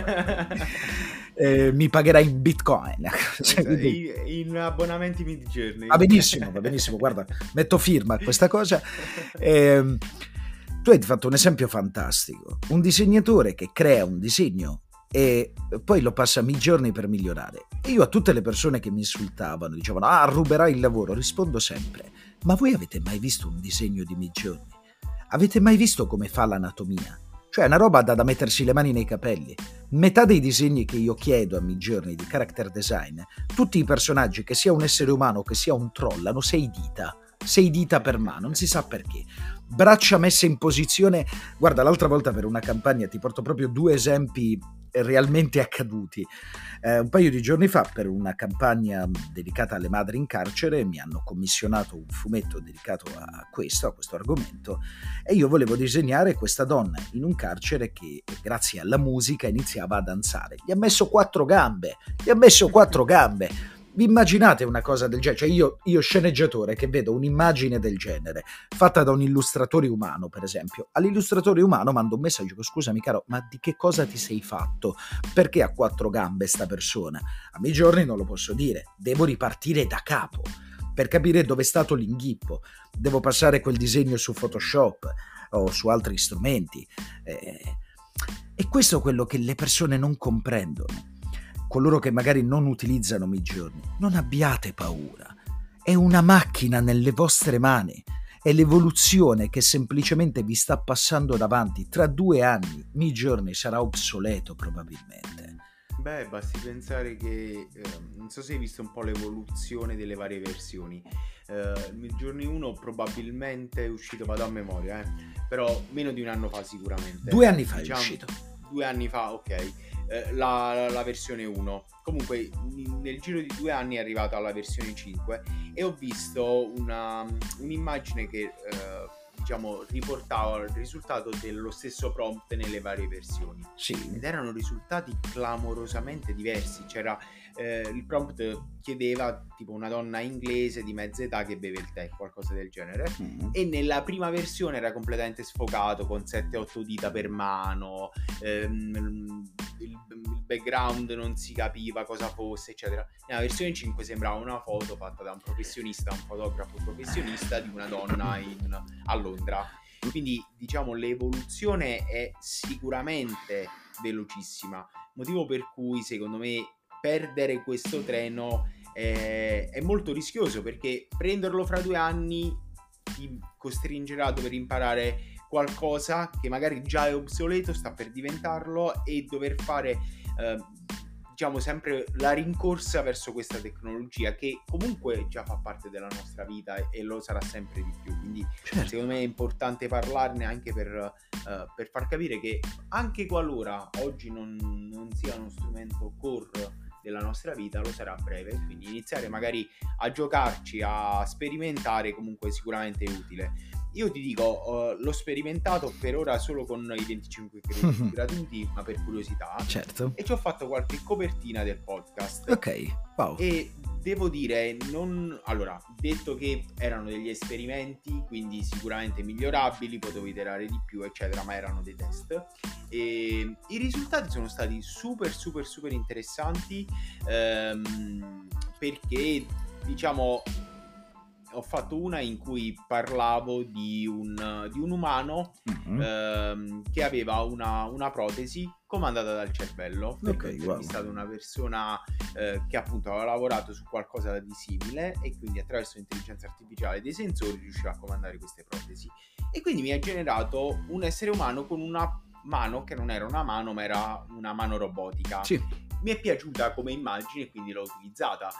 Mi pagherai in Bitcoin. Esatto, in abbonamenti Midjourney. Va benissimo, guarda, metto firma a questa cosa. Tu hai fatto un esempio fantastico, un disegnatore che crea un disegno e poi lo passa a Midjourney per migliorare. E io a tutte le persone che mi insultavano, dicevano ruberai il lavoro, rispondo sempre: ma voi avete mai visto un disegno di Midjourney? Avete mai visto come fa l'anatomia? Cioè è una roba da mettersi le mani nei capelli. Metà dei disegni che io chiedo a Midjourney di character design, tutti i personaggi, che sia un essere umano che sia un troll, hanno 6 dita per mano, non si sa perché, braccia messe in posizione. Guarda, l'altra volta per una campagna ti porto proprio 2 esempi realmente accaduti. Un paio di giorni fa, per una campagna dedicata alle madri in carcere, mi hanno commissionato un fumetto dedicato a questo argomento, e io volevo disegnare questa donna in un carcere che grazie alla musica iniziava a danzare. Gli ha messo 4 gambe. Vi immaginate una cosa del genere? Cioè io sceneggiatore che vedo un'immagine del genere fatta da un illustratore umano, per esempio, all'illustratore umano mando un messaggio: scusami caro, ma di che cosa ti sei fatto? Perché ha 4 gambe sta persona? A Midjourney non lo posso dire, devo ripartire da capo per capire dove è stato l'inghippo, devo passare quel disegno su Photoshop o su altri strumenti, e questo è quello che le persone non comprendono. Coloro che magari non utilizzano Midjourney, non abbiate paura, è una macchina nelle vostre mani, è l'evoluzione che semplicemente vi sta passando davanti. Tra 2 anni Midjourney sarà obsoleto probabilmente. Beh, basti pensare che non so se hai visto un po' l'evoluzione delle varie versioni. Midjourney 1 probabilmente è uscito, vado a memoria, però meno di un anno fa sicuramente. 2 anni fa è uscito. 2 anni fa, ok. La versione 1. Comunque nel giro di 2 anni è arrivata alla versione 5 e ho visto un'immagine che riportava il risultato dello stesso prompt nelle varie versioni. Sì. Ed erano risultati clamorosamente diversi. C'era il prompt chiedeva tipo una donna inglese di mezza età che beve il tè, qualcosa del genere, e nella prima versione era completamente sfocato con 7-8 dita per mano, il background non si capiva cosa fosse, eccetera. Nella versione 5 sembrava una foto fatta da un fotografo professionista di una donna a Londra. Quindi diciamo l'evoluzione è sicuramente velocissima, motivo per cui secondo me perdere questo treno è molto rischioso, perché prenderlo fra 2 anni ti costringerà a dover imparare qualcosa che magari già è obsoleto, sta per diventarlo, e dover fare diciamo sempre la rincorsa verso questa tecnologia che comunque già fa parte della nostra vita e lo sarà sempre di più, quindi secondo me è importante parlarne anche per far capire che anche qualora oggi non sia uno strumento core della nostra vita, lo sarà a breve, quindi iniziare magari a giocarci, a sperimentare comunque sicuramente è utile. Io ti dico, l'ho sperimentato per ora solo con i 25 crediti gratuiti, ma per curiosità. Certo. E ci ho fatto qualche copertina del podcast. Ok, wow. E devo dire, allora, detto che erano degli esperimenti, quindi sicuramente migliorabili, potevo iterare di più, eccetera, ma erano dei test. E i risultati sono stati super interessanti, perché, diciamo, ho fatto una in cui parlavo di un umano che aveva una protesi comandata dal cervello. Perché ho intervistato una persona che appunto aveva lavorato su qualcosa di simile e quindi attraverso l'intelligenza artificiale e dei sensori riusciva a comandare queste protesi. E quindi mi ha generato un essere umano con una mano che non era una mano, ma era una mano robotica. Sì. Mi è piaciuta come immagine e quindi l'ho utilizzata.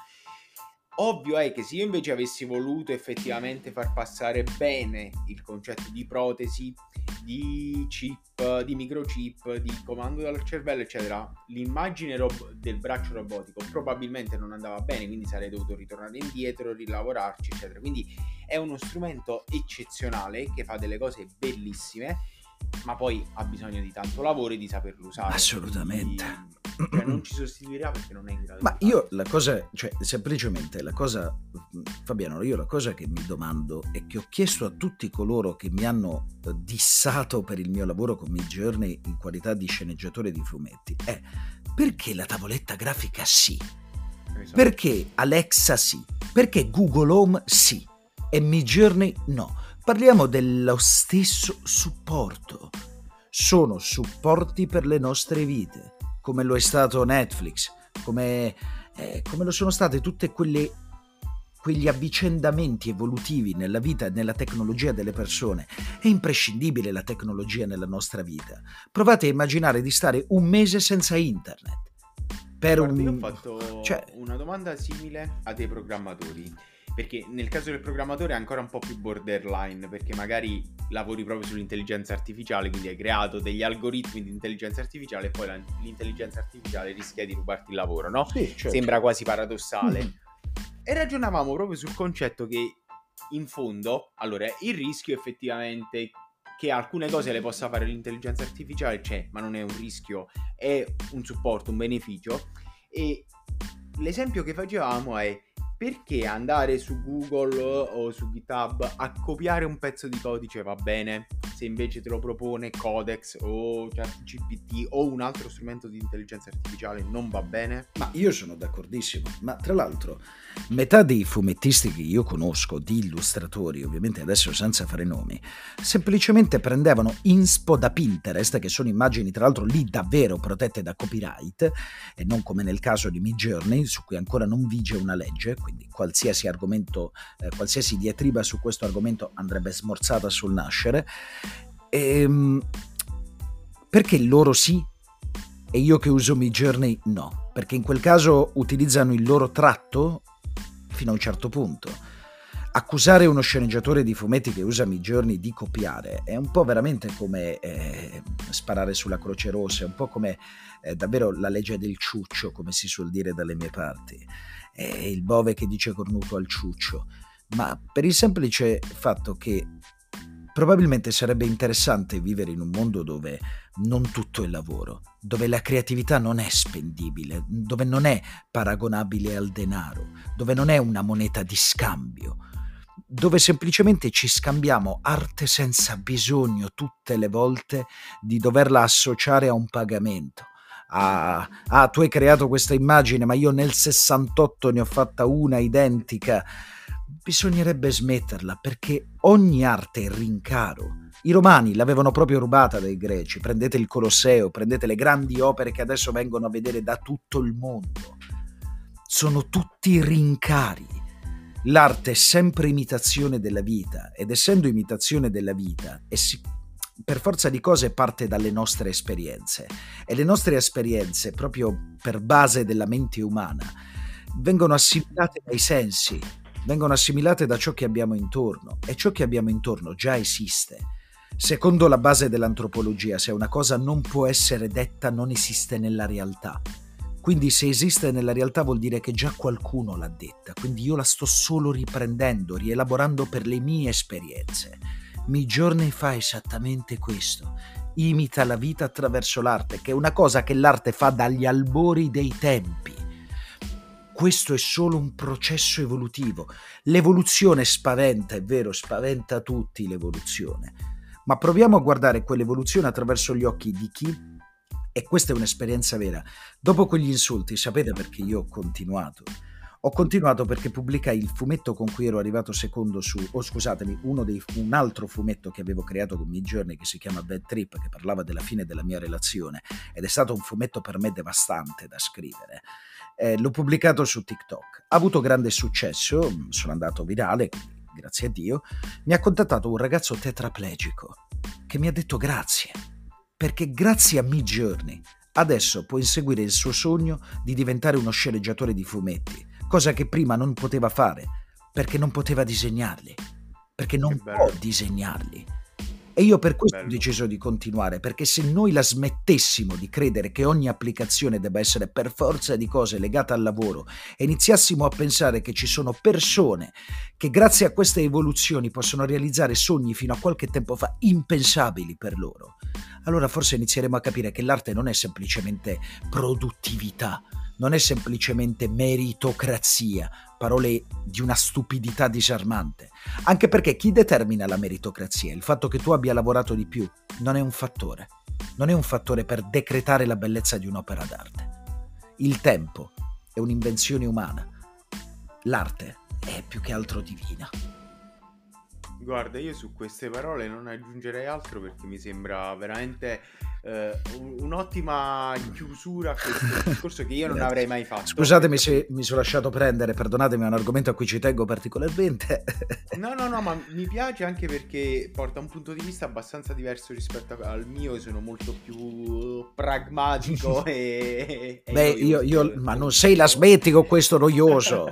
Ovvio è che se io invece avessi voluto effettivamente far passare bene il concetto di protesi, di chip, di microchip, di comando dal cervello, eccetera, l'immagine del braccio robotico probabilmente non andava bene, quindi sarei dovuto ritornare indietro, rilavorarci, eccetera. Quindi è uno strumento eccezionale che fa delle cose bellissime, ma poi ha bisogno di tanto lavoro e di saperlo usare. Assolutamente. Cioè non ci sostituirà perché non è in grado. Ma io la cosa, cioè semplicemente la cosa, Fabiano, io la cosa che mi domando e che ho chiesto a tutti coloro che mi hanno dissato per il mio lavoro con Midjourney in qualità di sceneggiatore di fumetti è: perché la tavoletta grafica sì? Esatto. Perché Alexa sì? Perché Google Home sì? E Midjourney no? Parliamo dello stesso supporto. Sono supporti per le nostre vite, come lo è stato Netflix, come lo sono state tutte quegli avvicendamenti evolutivi nella vita e nella tecnologia delle persone. È imprescindibile la tecnologia nella nostra vita. Provate a immaginare di stare un mese senza internet. Io ho fatto una domanda simile a dei programmatori, perché nel caso del programmatore è ancora un po' più borderline, perché magari lavori proprio sull'intelligenza artificiale, quindi hai creato degli algoritmi di intelligenza artificiale e poi l'intelligenza artificiale rischia di rubarti il lavoro, no? Sì, certo. Sembra quasi paradossale. E ragionavamo proprio sul concetto che in fondo, allora, il rischio effettivamente che alcune cose le possa fare l'intelligenza artificiale c'è, ma non è un rischio, è un supporto, un beneficio. E l'esempio che facevamo è: perché andare su Google o su GitHub a copiare un pezzo di codice va bene, se invece te lo propone Codex o ChatGPT o un altro strumento di intelligenza artificiale non va bene? Ma io sono d'accordissimo, ma tra l'altro metà dei fumettisti che io conosco, di illustratori, ovviamente adesso senza fare nomi, semplicemente prendevano inspo da Pinterest, che sono immagini tra l'altro lì davvero protette da copyright, e non come nel caso di Midjourney, su cui ancora non vige una legge, quindi qualsiasi argomento, qualsiasi diatriba su questo argomento andrebbe smorzata sul nascere. Perché loro sì e io che uso Midjourney no? Perché in quel caso utilizzano il loro tratto fino a un certo punto. Accusare uno sceneggiatore di fumetti che usa Midjourney di copiare è un po' veramente come sparare sulla Croce Rossa, è un po' come davvero la legge del ciuccio, come si suol dire dalle mie parti. È il bove che dice cornuto al ciuccio, ma per il semplice fatto che probabilmente sarebbe interessante vivere in un mondo dove non tutto è lavoro, dove la creatività non è spendibile, dove non è paragonabile al denaro, dove non è una moneta di scambio, dove semplicemente ci scambiamo arte senza bisogno tutte le volte di doverla associare a un pagamento. Tu hai creato questa immagine, ma io nel 68 ne ho fatta una identica. Bisognerebbe smetterla, perché ogni arte è rincaro. I romani l'avevano proprio rubata dai greci. Prendete il Colosseo, prendete le grandi opere che adesso vengono a vedere da tutto il mondo. Sono tutti rincari. L'arte è sempre imitazione della vita, ed essendo imitazione della vita per forza di cose parte dalle nostre esperienze, e le nostre esperienze, proprio per base della mente umana, vengono assimilate dai sensi, vengono assimilate da ciò che abbiamo intorno, e ciò che abbiamo intorno già esiste. Secondo la base dell'antropologia, se una cosa non può essere detta, non esiste nella realtà. Quindi se esiste nella realtà vuol dire che già qualcuno l'ha detta, quindi io la sto solo riprendendo, rielaborando per le mie esperienze. Midjourney fa esattamente questo, imita la vita attraverso l'arte, che è una cosa che l'arte fa dagli albori dei tempi. Questo è solo un processo evolutivo. L'evoluzione spaventa, è vero, spaventa tutti l'evoluzione, ma proviamo a guardare quell'evoluzione attraverso gli occhi di chi, e questa è un'esperienza vera. Dopo quegli insulti, sapete perché io ho continuato? Ho continuato perché pubblicai il fumetto con cui ero arrivato secondo su, un altro fumetto che avevo creato con Midjourney che si chiama Bad Trip, che parlava della fine della mia relazione, ed è stato un fumetto per me devastante da scrivere. L'ho pubblicato su TikTok, ha avuto grande successo, sono andato virale, grazie a Dio. Mi ha contattato un ragazzo tetraplegico che mi ha detto grazie, perché grazie a Midjourney adesso può inseguire il suo sogno di diventare uno sceneggiatore di fumetti, cosa che prima non poteva fare, perché non poteva disegnarli, perché non può disegnarli. E io per questo ho deciso di continuare, perché se noi la smettessimo di credere che ogni applicazione debba essere per forza di cose legata al lavoro e iniziassimo a pensare che ci sono persone che grazie a queste evoluzioni possono realizzare sogni fino a qualche tempo fa impensabili per loro, allora forse inizieremo a capire che l'arte non è semplicemente produttività, non è semplicemente meritocrazia, parole di una stupidità disarmante. Anche perché chi determina la meritocrazia? Il fatto che tu abbia lavorato di più non è un fattore. Non è un fattore per decretare la bellezza di un'opera d'arte. Il tempo è un'invenzione umana. L'arte è più che altro divina. Guarda, io su queste parole non aggiungerei altro perché mi sembra veramente un'ottima chiusura a questo discorso che io non avrei mai fatto. Scusatemi se mi sono lasciato prendere, perdonatemi, è un argomento a cui ci tengo particolarmente. No, ma mi piace anche perché porta un punto di vista abbastanza diverso rispetto al mio, io sono molto più pragmatico e beh, io ma non sei la smetti con questo noioso.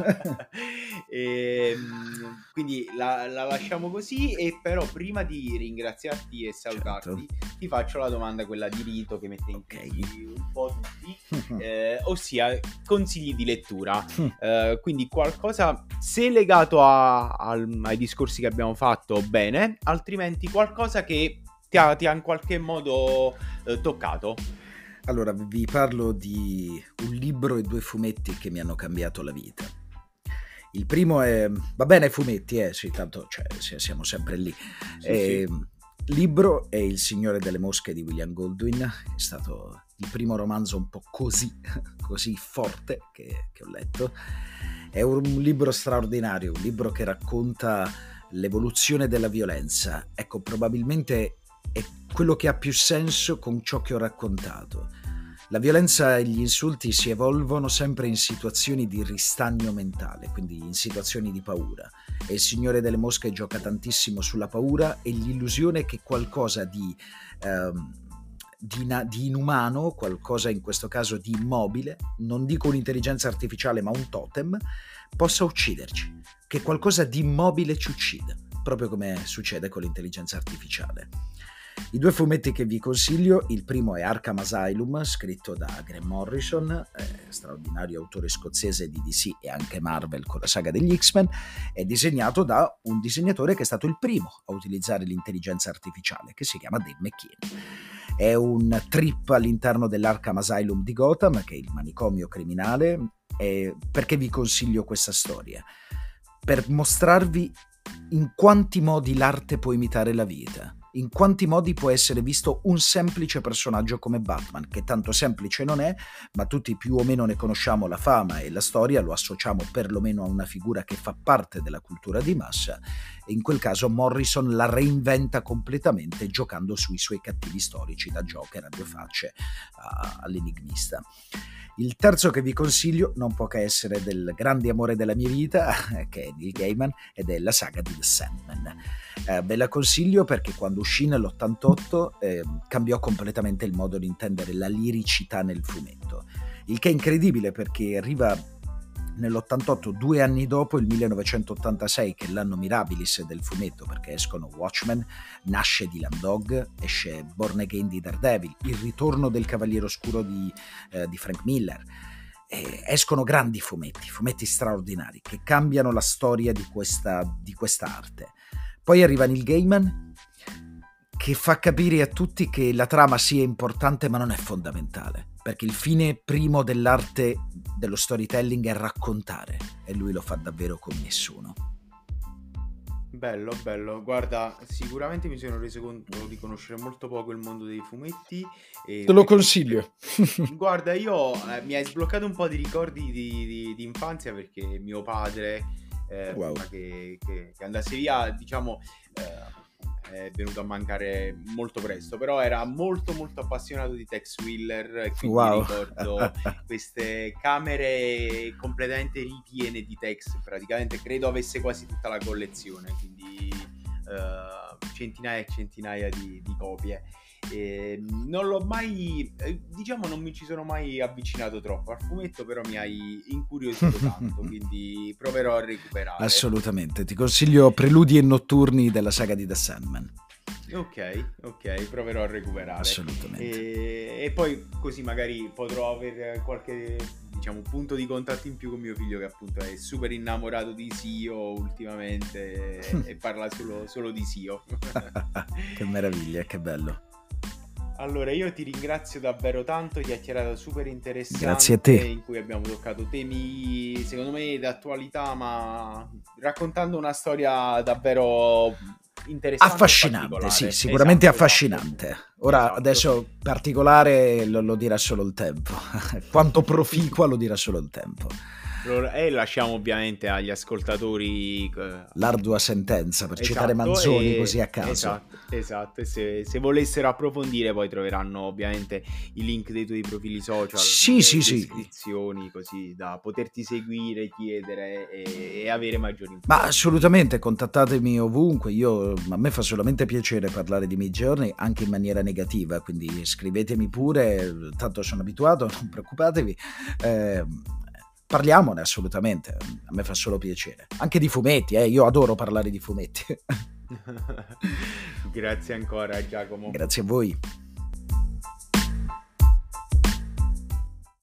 Quindi la lasciamo così, e però prima di ringraziarti e salutarti, ti faccio la domanda, quella di rito che mette in crisi un po' tutti, ossia consigli di lettura. Quindi qualcosa, se legato ai discorsi che abbiamo fatto, bene, altrimenti qualcosa che ti ha in qualche modo toccato. Allora, vi parlo di un libro e 2 fumetti che mi hanno cambiato la vita. Il primo è, va bene, fumetti, sì, tanto siamo sempre lì. Sì. Libro è Il Signore delle Mosche di William Goldwyn, è stato il primo romanzo un po' così forte che ho letto. È un libro straordinario, un libro che racconta l'evoluzione della violenza. Ecco, probabilmente è quello che ha più senso con ciò che ho raccontato. La violenza e gli insulti si evolvono sempre in situazioni di ristagno mentale, quindi in situazioni di paura. E Il Signore delle Mosche gioca tantissimo sulla paura e l'illusione che qualcosa di inumano, qualcosa in questo caso di immobile, non dico un'intelligenza artificiale ma un totem, possa ucciderci, che qualcosa di immobile ci uccida, proprio come succede con l'intelligenza artificiale. I 2 fumetti che vi consiglio, il primo è Arkham Asylum, scritto da Grant Morrison, straordinario autore scozzese di DC e anche Marvel con la saga degli X-Men, è disegnato da un disegnatore che è stato il primo a utilizzare l'intelligenza artificiale, che si chiama Dave McKean. È un trip all'interno dell'Arkham Asylum di Gotham, che è il manicomio criminale. Perché vi consiglio questa storia? Per mostrarvi in quanti modi l'arte può imitare la vita. In quanti modi può essere visto un semplice personaggio come Batman, che tanto semplice non è, ma tutti più o meno ne conosciamo la fama e la storia, lo associamo perlomeno a una figura che fa parte della cultura di massa, e in quel caso Morrison la reinventa completamente giocando sui suoi cattivi storici, da Joker a Due Facce all'enigmista. Il terzo che vi consiglio non può che essere del grande amore della mia vita, che è Neil Gaiman, ed è la saga di The Sandman. Ve la consiglio perché quando uscì nell'88 cambiò completamente il modo di intendere la liricità nel fumetto, il che è incredibile perché arriva nell'88, 2 anni dopo il 1986, che è l'anno mirabilis del fumetto, perché escono Watchmen, nasce Dylan Dog, esce Born Again di Daredevil, il ritorno del Cavaliere Oscuro di Frank Miller. Escono grandi fumetti straordinari che cambiano la storia di questa arte. Poi arriva Neil Gaiman, che fa capire a tutti che la trama sia importante ma non è fondamentale, perché il fine primo dell'arte dello storytelling è raccontare, e lui lo fa davvero come nessuno. Bello, bello. Guarda, sicuramente mi sono reso conto di conoscere molto poco il mondo dei fumetti. Te lo consiglio. Guarda, io mi hai sbloccato un po' di ricordi di infanzia, perché mio padre, Wow. prima che andasse via, diciamo, è venuto a mancare molto presto, però era molto molto appassionato di Tex Willer, e quindi Wow. ricordo queste camere completamente ripiene di Tex, praticamente credo avesse quasi tutta la collezione, quindi centinaia e centinaia di copie. Non l'ho mai, diciamo, non mi ci sono mai avvicinato troppo al fumetto, però mi hai incuriosito tanto, quindi proverò a recuperare. Assolutamente, ti consiglio Preludi e Notturni della saga di The Sandman. Ok, proverò a recuperare. Assolutamente. E poi così magari potrò avere qualche, diciamo, punto di contatto in più con mio figlio, che appunto è super innamorato di Sio ultimamente e parla solo di Sio. Che meraviglia, che bello. Allora, io ti ringrazio davvero tanto, chiacchierata super interessante. Grazie a te. In cui abbiamo toccato temi, secondo me, d'attualità, ma raccontando una storia davvero interessante. Affascinante, sì, sicuramente esatto, affascinante. Ora, esatto. Adesso particolare lo dirà solo il tempo. Quanto proficua lo dirà solo il tempo. E lasciamo ovviamente agli ascoltatori l'ardua sentenza, per citare Manzoni così a caso. Esatto. E se volessero approfondire, poi troveranno ovviamente i link dei tuoi profili social, Sì. descrizioni, così da poterti seguire, chiedere e avere maggiori informazioni. Ma assolutamente, contattatemi ovunque. A me fa solamente piacere parlare di Midjourney, anche in maniera negativa, quindi scrivetemi pure, tanto sono abituato, non preoccupatevi. Parliamone assolutamente, a me fa solo piacere. Anche di fumetti, io adoro parlare di fumetti. Grazie ancora, Giacomo. Grazie a voi.